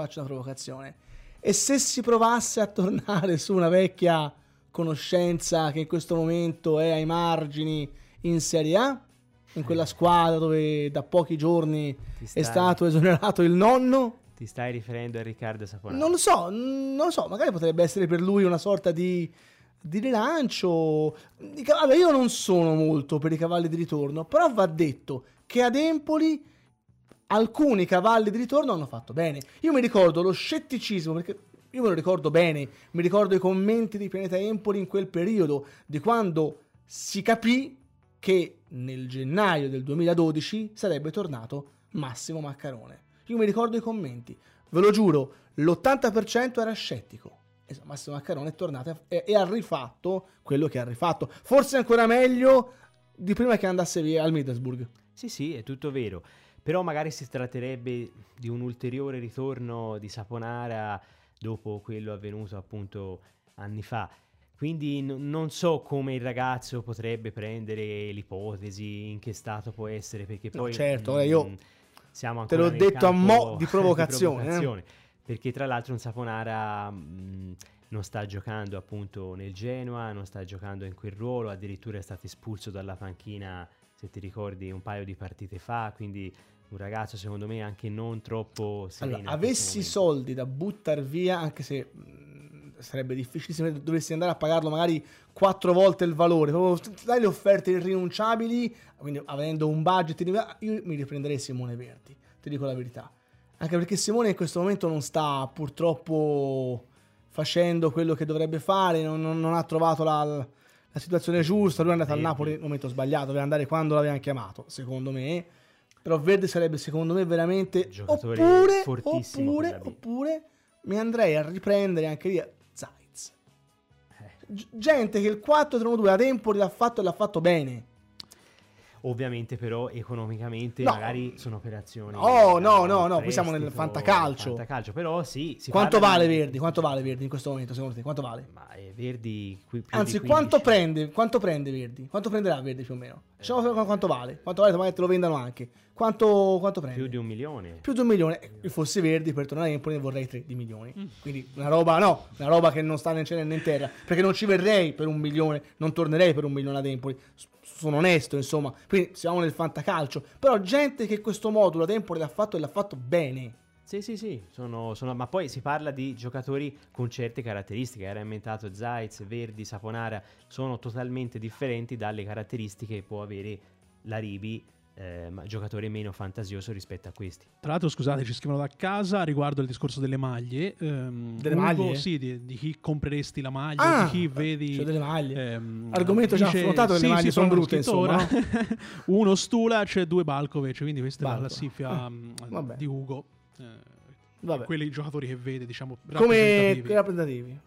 E se si provasse a tornare su una vecchia conoscenza che in questo momento è ai margini in Serie A, in quella squadra dove da pochi giorni è stato esonerato il nonno? Ti stai riferendo a Riccardo Saponara? Non lo so, magari potrebbe essere per lui una sorta di rilancio. Vabbè, io non sono molto per i cavalli di ritorno, però va detto che ad Empoli alcuni cavalli di ritorno hanno fatto bene. Io mi ricordo lo scetticismo, perché io me lo ricordo bene, mi ricordo i commenti di Pianeta Empoli in quel periodo, di quando si capì che nel gennaio del 2012 sarebbe tornato Massimo Maccarone. Io mi ricordo i commenti, ve lo giuro, l'80% era scettico. Massimo Maccarone è tornato e ha rifatto quello che ha rifatto. Forse ancora meglio di prima che andasse via al Middlesbrough. Sì, è tutto vero. Però magari si tratterebbe di un ulteriore ritorno di Saponara dopo quello avvenuto appunto anni fa. Quindi non so come il ragazzo potrebbe prendere l'ipotesi, in che stato può essere, perché poi... No, certo, io siamo te l'ho detto a mo' di provocazione. Perché tra l'altro un Saponara non sta giocando appunto nel Genoa, non sta giocando in quel ruolo, addirittura è stato espulso dalla panchina, se ti ricordi, un paio di partite fa, quindi un ragazzo secondo me anche non troppo sereno. Allora, avessi soldi da buttare via, anche se sarebbe difficilissimo, dovresti andare a pagarlo magari 4 volte il valore, proprio dai le offerte irrinunciabili, quindi avendo un budget io mi riprenderei Simone Verdi, ti dico la verità, anche perché Simone in questo momento non sta purtroppo facendo quello che dovrebbe fare, non ha trovato la situazione giusta, lui è andato al Napoli nel momento sbagliato, doveva andare quando l'avevano chiamato, secondo me, però Verdi sarebbe secondo me veramente, oppure mi andrei a riprendere anche lì Zayt, gente che il 4-3-1-2 a Empoli l'ha fatto e l'ha fatto bene. Ovviamente però economicamente magari sono operazioni. No, qui siamo nel fantacalcio. Però sì. Quanto vale Verdi? Quanto vale Verdi in questo momento, secondo te? Quanto vale? Ma Verdi più anzi, di 15. quanto prende Verdi? Quanto prenderà Verdi più o meno? Diciamo quanto vale? Quanto vale? Magari te lo vendano anche. Quanto prende? Più di 1 milione. Più di 1 milione. Io fossi Verdi per tornare a Empoli ne vorrei 3 di milioni. Quindi una roba che non sta né in cielo né in terra. Perché non ci verrei per 1 milione, non tornerei per 1 milione ad Empoli. Sono onesto, insomma. Quindi siamo nel fantacalcio. Però gente che questo modulo ad Empoli l'ha fatto e l'ha fatto bene. Sì, ma poi si parla di giocatori con certe caratteristiche. Era inventato Zayt, Verdi, Saponara, sono totalmente differenti dalle caratteristiche che può avere la Ribi, giocatore meno fantasioso rispetto a questi. Tra l'altro, scusate, ci scrivono da casa riguardo il discorso delle maglie. Maglie? Sì, di chi compreresti la maglia, di chi vedi. Cioè delle maglie. Argomento già affrontato, le maglie sono brutte, insomma. No? Uno Stulac, 2 Balkovic, quindi questa è la classifica di Ugo. Quelli giocatori che vede, diciamo, come rappresentativi.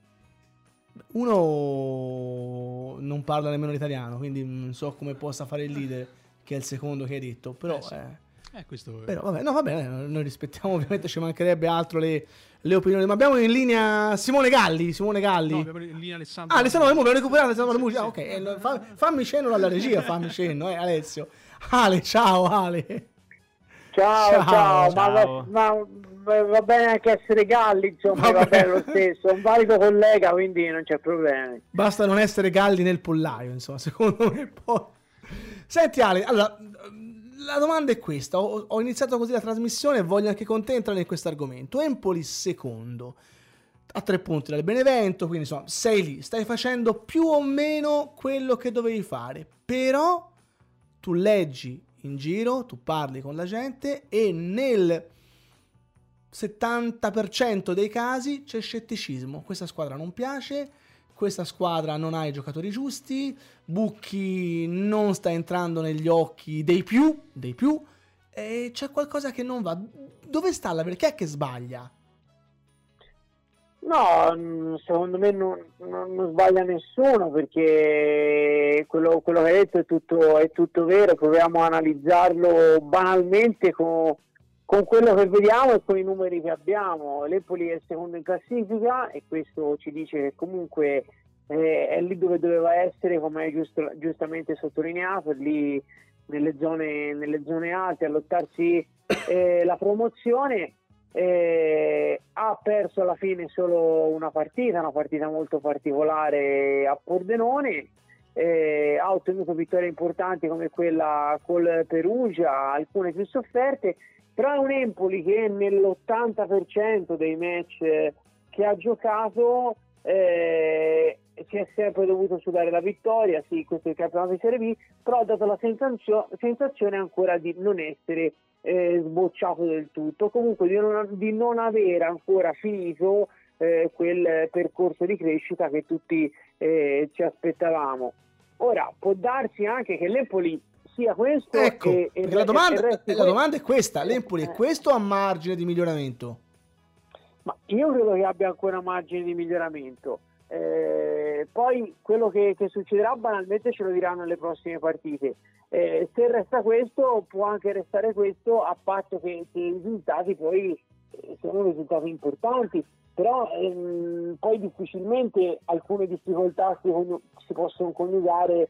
Uno non parla nemmeno l'italiano, quindi non so come possa fare il leader, che è il secondo che hai detto, però questo è... però va bene, noi rispettiamo, ovviamente ci mancherebbe altro le opinioni, ma abbiamo in linea Simone Galli. No, abbiamo in linea Alessandro. Alessandro abbiamo recuperato Alessandro Marmucci. Ok, fammi cenno alla regia, fammi cenno, Alessio. Ale, ciao Ale. Ciao. Ma va bene anche essere Galli, insomma, va bene lo stesso, è un valido collega, quindi non c'è problemi. Basta non essere Galli nel pollaio, insomma, secondo me. Poi senti Ale, allora la domanda è questa, ho iniziato così la trasmissione e voglio anche con te entrare in questo argomento. Empoli secondo, a 3 punti dal Benevento, quindi insomma sei lì, stai facendo più o meno quello che dovevi fare, però tu leggi in giro, tu parli con la gente e nel 70% dei casi c'è scetticismo. Questa squadra non piace, questa squadra non ha i giocatori giusti, Bucchi non sta entrando negli occhi dei più e c'è qualcosa che non va. Dove sta perché è che sbaglia? No, secondo me non sbaglia nessuno, perché quello che hai detto è tutto vero. Proviamo a analizzarlo banalmente con quello che vediamo e con i numeri che abbiamo. L'Empoli è secondo in classifica e questo ci dice che comunque è lì dove doveva essere, come hai giustamente sottolineato, lì nelle zone alte a lottarsi la promozione. Ha perso alla fine solo una partita molto particolare a Pordenone, ha ottenuto vittorie importanti come quella col Perugia, alcune più sofferte, però è un Empoli che nell'80% dei match che ha giocato si è sempre dovuto sudare la vittoria. Sì, questo è il campionato di Serie B, però ha dato la sensazione ancora di non essere sbocciato del tutto, comunque di non avere ancora finito quel percorso di crescita che tutti ci aspettavamo. Ora può darsi anche che l'Empoli sia questo, ecco, perché la domanda è questa: l'Empoli è questo a margine di miglioramento? Ma io credo che abbia ancora margine di miglioramento. Poi quello che succederà banalmente ce lo diranno le prossime partite. Se resta questo, può anche restare questo, a patto che i risultati poi siano risultati importanti, però poi difficilmente alcune difficoltà si possono coniugare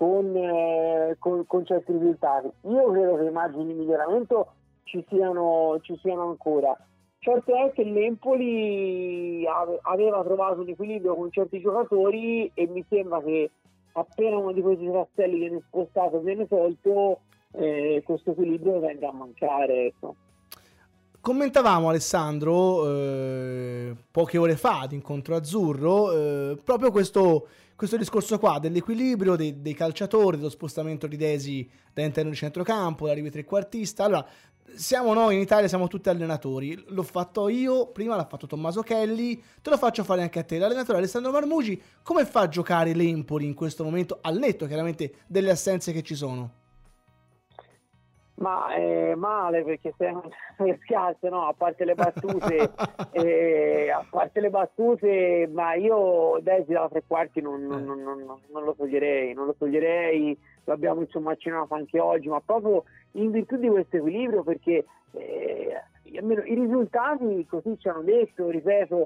con certi risultati. Io credo che i margini di miglioramento ci siano ancora. Certo è che l'Empoli aveva trovato un equilibrio con certi giocatori e mi sembra che appena uno di questi tasselli viene spostato, viene tolto, questo equilibrio venga a mancare. Ecco. Commentavamo, Alessandro, poche ore fa di Incontro Azzurro, proprio questo discorso qua dell'equilibrio dei calciatori, dello spostamento di Desi da interno di centrocampo, l'arrivo trequartista. Allora, siamo noi in Italia, siamo tutti allenatori. L'ho fatto io, prima l'ha fatto Tommaso Kelly, te lo faccio fare anche a te. L'allenatore Alessandro Marmugi, come fa a giocare l'Empoli in questo momento, al netto chiaramente delle assenze che ci sono? Ma male, perché siamo scherzo, no? A parte le battute, ma io Desi dalla tre quarti non lo toglierei, lo abbiamo insommaccinato anche oggi, ma proprio in virtù di questo equilibrio, perché almeno i risultati così ci hanno detto, ripeto,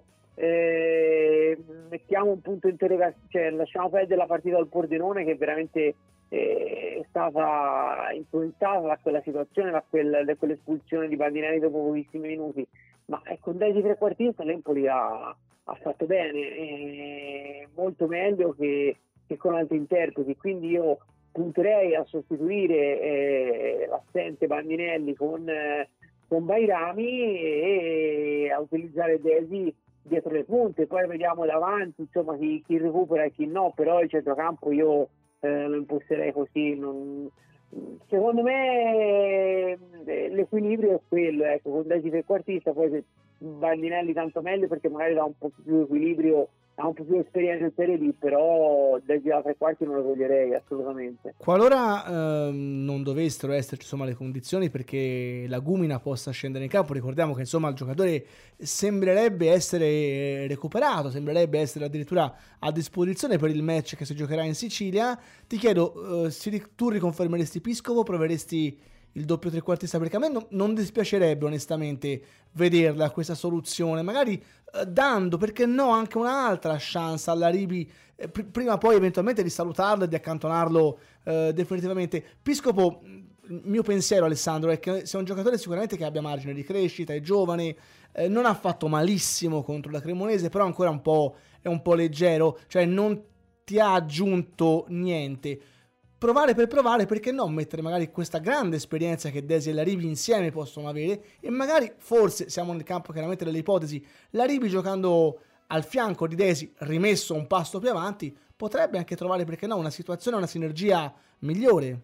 mettiamo un punto interrogativo, cioè lasciamo perdere la partita del Pordenone, che veramente è stata influenzata da quella situazione, da quell'espulsione di Bandinelli dopo pochissimi minuti, ma con 10 trequartista l'Empoli ha fatto bene, molto meglio che con altri interpreti, quindi io punterei a sostituire l'assente Bandinelli con Bairami e a utilizzare Desi dietro le punte, poi vediamo davanti insomma chi recupera e chi no, però il centrocampo io lo imposterei così. Secondo me l'equilibrio è quello, ecco, con 10 trequartista, poi se Bandinelli tanto meglio perché magari dà un po' più equilibrio, ha un po' più esperienza in Serie B, però Desi da tre quarti non lo toglierei assolutamente. Qualora non dovessero esserci insomma le condizioni perché la Gumina possa scendere in campo, ricordiamo che insomma il giocatore sembrerebbe essere recuperato, sembrerebbe essere addirittura a disposizione per il match che si giocherà in Sicilia. Ti chiedo, tu riconfermeresti Piscopo, proveresti il doppio trequartista? Perché a me non dispiacerebbe onestamente vederla questa soluzione, magari dando, perché no, anche un'altra chance alla Ribi, prima poi eventualmente di salutarlo e di accantonarlo definitivamente. Piscopo, il mio pensiero, Alessandro, è che sia un giocatore sicuramente che abbia margine di crescita, è giovane, non ha fatto malissimo contro la Cremonese, però ancora è un po' leggero, cioè non ti ha aggiunto niente. Provare per provare, perché non mettere magari questa grande esperienza che Desi e la Ribi insieme possono avere, e magari, forse, siamo nel campo chiaramente delle ipotesi, la Ribi giocando al fianco di Desi, rimesso un passo più avanti, potrebbe anche trovare, perché no, una situazione, una sinergia migliore.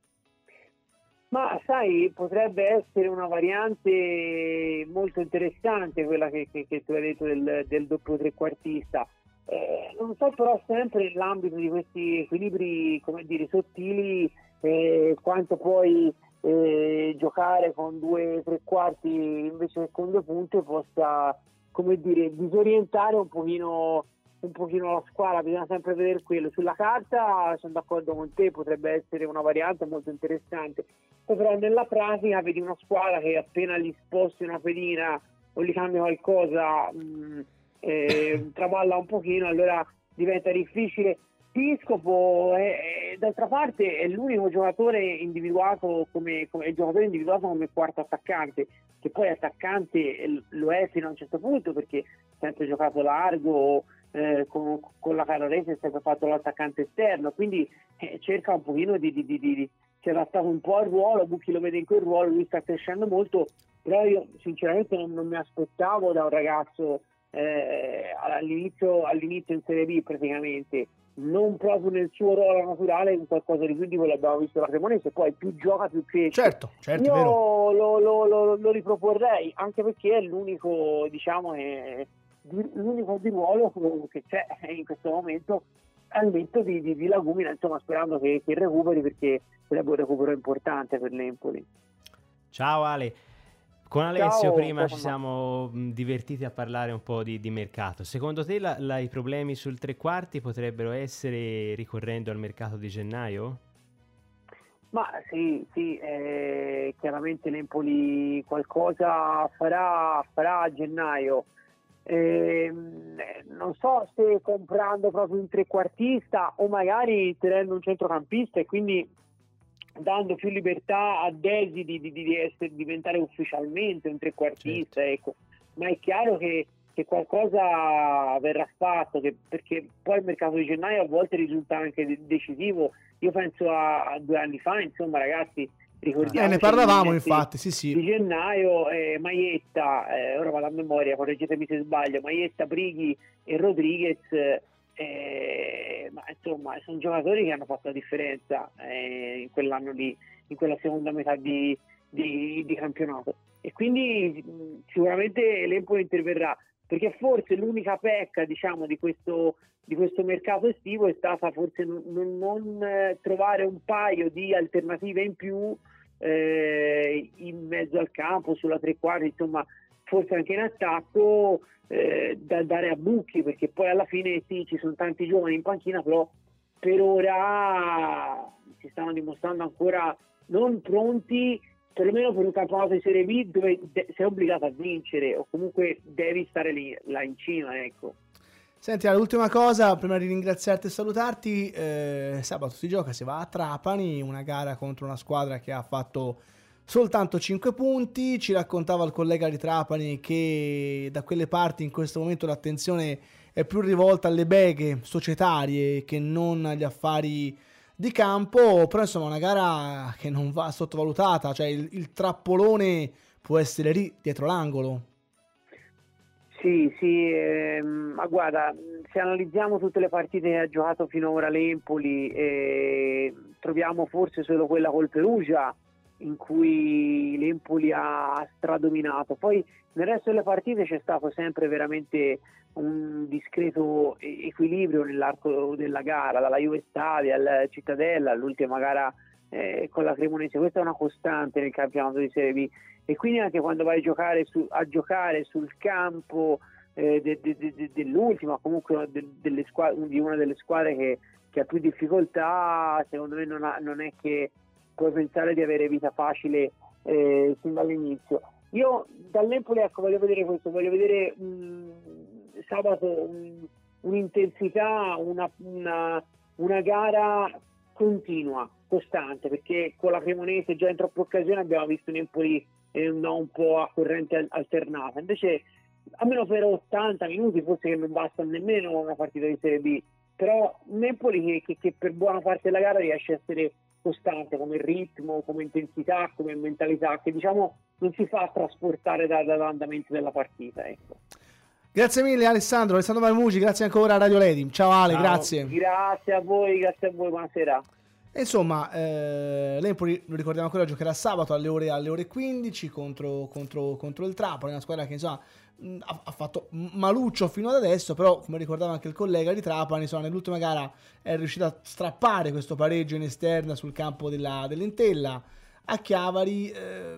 Ma sai, potrebbe essere una variante molto interessante quella che tu hai detto del doppio trequartista. Non so però sempre nell'ambito di questi equilibri, come dire, sottili, quanto poi giocare con 2 tre quarti invece che con 2 punte possa, come dire, disorientare un pochino la squadra. Bisogna sempre vedere quello. Sulla carta sono d'accordo con te, potrebbe essere una variante molto interessante, però nella pratica vedi una squadra che appena gli sposti una pedina o gli cambia qualcosa traballa un pochino, allora diventa difficile. Piscopo d'altra parte è l'unico giocatore individuato come quarto attaccante, che poi attaccante lo è fino a un certo punto, perché ha sempre giocato largo, con la Carrarese è sempre fatto l'attaccante esterno, quindi cerca un pochino si è adattato un po' al ruolo. Bucchi lo vede in quel ruolo, lui sta crescendo molto, però io sinceramente non mi aspettavo da un ragazzo all'inizio in Serie B, praticamente non proprio nel suo ruolo naturale, un qualcosa di più di quello che abbiamo visto la Cremonese. Poi più gioca più cresce. Certo, io vero. lo riproporrei, anche perché è l'unico, diciamo, l'unico di ruolo che c'è in questo momento al netto di Lagumina, insomma, sperando che recuperi, perché sarebbe un recupero importante per l'Empoli. Ciao Ale. Con Alessio prima ciao, ci siamo divertiti a parlare un po' di mercato. Secondo te i problemi sul tre quarti potrebbero essere ricorrendo al mercato di gennaio? Ma sì, chiaramente l'Empoli qualcosa farà a gennaio. Non so se comprando proprio un trequartista o magari tenendo un centrocampista e quindi dando più libertà a Desi di diventare ufficialmente un trequartista, certo. Ecco. Ma è chiaro che qualcosa verrà fatto, perché poi il mercato di gennaio a volte risulta anche decisivo. Io penso a 2 anni fa, insomma, ragazzi, ricordiamo. Ne parlavamo infatti, sì. Di gennaio, Maietta, ora vado a memoria, correggetemi se sbaglio, Maietta, Brighi e Rodriguez, ma insomma sono giocatori che hanno fatto la differenza in quell'anno lì, in quella seconda metà di campionato, e quindi sicuramente l'Empoli interverrà, perché forse l'unica pecca, diciamo, di questo mercato estivo è stata forse non trovare un paio di alternative in più in mezzo al campo, sulla tre quarti, insomma forse anche in attacco, da dare a Bucchi, perché poi alla fine sì, ci sono tanti giovani in panchina, però per ora si stanno dimostrando ancora non pronti, perlomeno per un campionato di Serie B dove sei obbligato a vincere, o comunque devi stare lì, là in cima, ecco. Senti, l'ultima cosa, prima di ringraziarti e salutarti, sabato si gioca, si va a Trapani, una gara contro una squadra che ha fatto soltanto 5 punti. Ci raccontava il collega di Trapani che da quelle parti in questo momento l'attenzione è più rivolta alle beghe societarie che non agli affari di campo, però insomma una gara che non va sottovalutata, cioè il trappolone può essere lì dietro l'angolo. Sì, ma guarda, se analizziamo tutte le partite che ha giocato finora l'Empoli, troviamo forse solo quella col Perugia in cui l'Empoli ha stradominato. Poi nel resto delle partite c'è stato sempre veramente un discreto equilibrio nell'arco della gara, dalla Juve Stabia al Cittadella, all'ultima gara con la Cremonese. Questa è una costante nel campionato di Serie B, e quindi anche quando vai a giocare sul campo dell'ultima, comunque di una delle squadre che ha più difficoltà, secondo me non è che puoi pensare di avere vita facile sin dall'inizio. Io dall'Empoli, ecco, voglio vedere questo, voglio vedere sabato un'intensità, una gara continua, costante, perché con la Cremonese già in troppe occasioni abbiamo visto un Empoli un po' a corrente alternata, invece almeno per 80 minuti forse che non basta nemmeno una partita di Serie B, però un Empoli che per buona parte della gara riesce a essere costante come ritmo, come intensità, come mentalità, che diciamo non si fa trasportare dall'andamento della partita, ecco. Grazie mille Alessandro Marmugi, grazie ancora a Radio Lady. Ciao Ale, ciao. Grazie a voi, buonasera. E insomma, l'Empoli, lo ricordiamo ancora, giocherà sabato alle ore 15 contro il Trapani, una squadra che insomma ha fatto maluccio fino ad adesso, però come ricordava anche il collega di Trapani, insomma, nell'ultima gara è riuscita a strappare questo pareggio in esterna sul campo dell'Entella a Chiavari.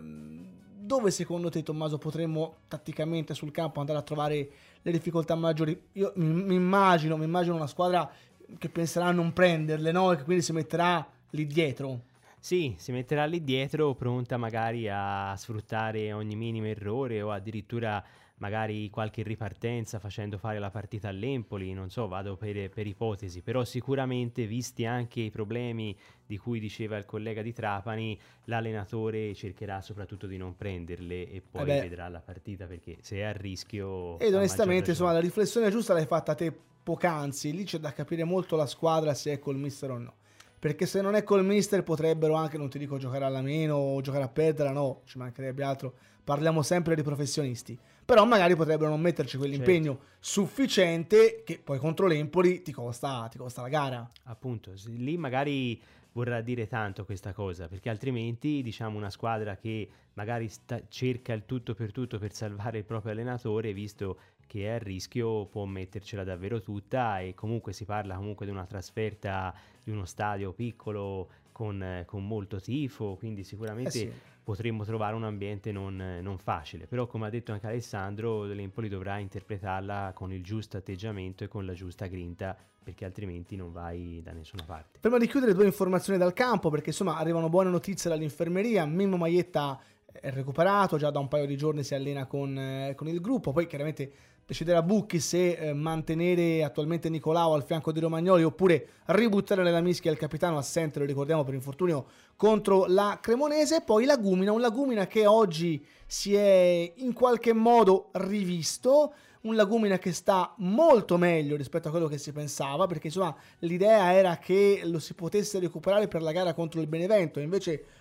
Dove secondo te, Tommaso, potremmo tatticamente sul campo andare a trovare le difficoltà maggiori? Io mi immagino una squadra che penserà a non prenderle, no? E che quindi si metterà lì dietro. Sì, si metterà lì dietro, pronta magari a sfruttare ogni minimo errore o addirittura magari qualche ripartenza facendo fare la partita all'Empoli, non so, vado per ipotesi, però sicuramente, visti anche i problemi di cui diceva il collega di Trapani, l'allenatore cercherà soprattutto di non prenderle e poi vedrà la partita, perché se è a rischio... Ed onestamente, insomma, la riflessione giusta l'hai fatta te poc'anzi, lì c'è da capire molto la squadra se è col mister o no, perché se non è col mister potrebbero anche, non ti dico giocare alla meno o giocare a perdere, no, ci mancherebbe altro, parliamo sempre di professionisti, però magari potrebbero non metterci quell'impegno sufficiente che poi contro l'Empoli ti costa la gara. Appunto, lì magari vorrà dire tanto questa cosa, perché altrimenti, diciamo, una squadra che magari cerca il tutto per salvare il proprio allenatore, visto che è a rischio, può mettercela davvero tutta, e comunque si parla comunque di una trasferta di uno stadio piccolo con molto tifo, quindi sicuramente potremmo trovare un ambiente non facile, però come ha detto anche Alessandro, l'Empoli dovrà interpretarla con il giusto atteggiamento e con la giusta grinta, perché altrimenti non vai da nessuna parte. Prima di chiudere, 2 informazioni dal campo, perché insomma arrivano buone notizie dall'infermeria. Mimmo Maietta è recuperato, già da un paio di giorni si allena con il gruppo, poi chiaramente deciderà Bucchi se mantenere attualmente Nicolao al fianco di Romagnoli oppure ributtare nella mischia il capitano assente, lo ricordiamo, per infortunio contro la Cremonese. E poi un Lagumina che oggi si è in qualche modo rivisto, un Lagumina che sta molto meglio rispetto a quello che si pensava, perché insomma l'idea era che lo si potesse recuperare per la gara contro il Benevento, invece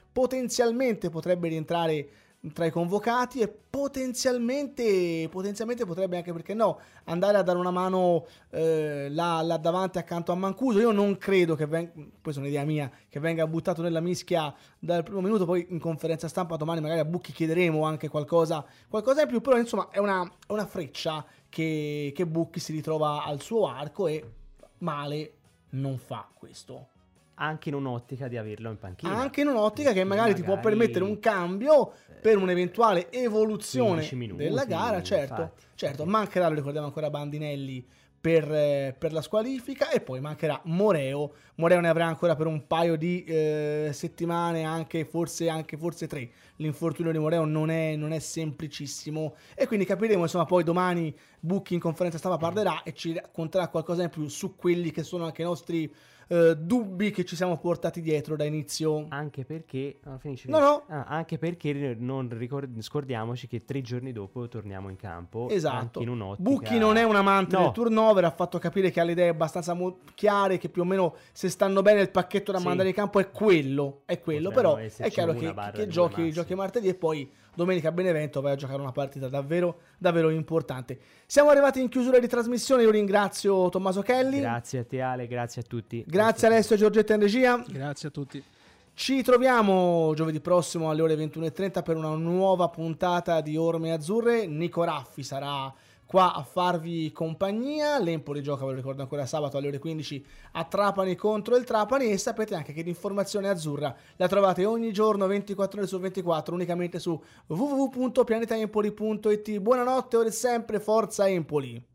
potenzialmente potrebbe rientrare tra i convocati e potenzialmente potrebbe anche, perché no, andare a dare una mano là davanti accanto a Mancuso. Io non credo che questa è un'idea mia, che venga buttato nella mischia dal primo minuto. Poi in conferenza stampa domani magari a Bucchi chiederemo anche qualcosa in più, però insomma è una freccia che Bucchi si ritrova al suo arco e male non fa questo. Anche in un'ottica di averlo in panchina. Anche in un'ottica che magari ti può permettere un cambio per un'eventuale evoluzione della gara. Certo, mancherà, lo ricordiamo ancora, Bandinelli per la squalifica, e poi mancherà Moreo ne avrà ancora per un paio di settimane, anche forse 3. L'infortunio di Moreo non è semplicissimo, e quindi capiremo, insomma. Poi domani Bucchi in conferenza stampa parlerà e ci racconterà qualcosa in più su quelli che sono anche i nostri dubbi che ci siamo portati dietro da inizio. Anche perché anche perché scordiamoci che 3 giorni dopo torniamo in campo. Esatto. Anche in un'ottica... Bucchi non è un amante del turnover, ha fatto capire che ha le idee abbastanza chiare, che più o meno, se stanno bene, il pacchetto da mandare in campo è quello. Però è chiaro che giochi martedì e poi domenica a Benevento vai a giocare una partita davvero davvero importante. Siamo arrivati in chiusura di trasmissione. Io ringrazio Tommaso Kelly. Grazie a te, Ale, grazie a tutti. Grazie a Alessio Giorgetta in regia. Grazie a tutti. Ci troviamo giovedì prossimo alle ore 21:30 per una nuova puntata di Orme Azzurre. Nico Raffi sarà qua a farvi compagnia. L'Empoli gioca, ve lo ricordo ancora, sabato alle ore 15 a Trapani contro il Trapani, e sapete anche che l'informazione azzurra la trovate ogni giorno 24 ore su 24 unicamente su www.pianetaempoli.it. Buonanotte, ora e sempre, forza Empoli.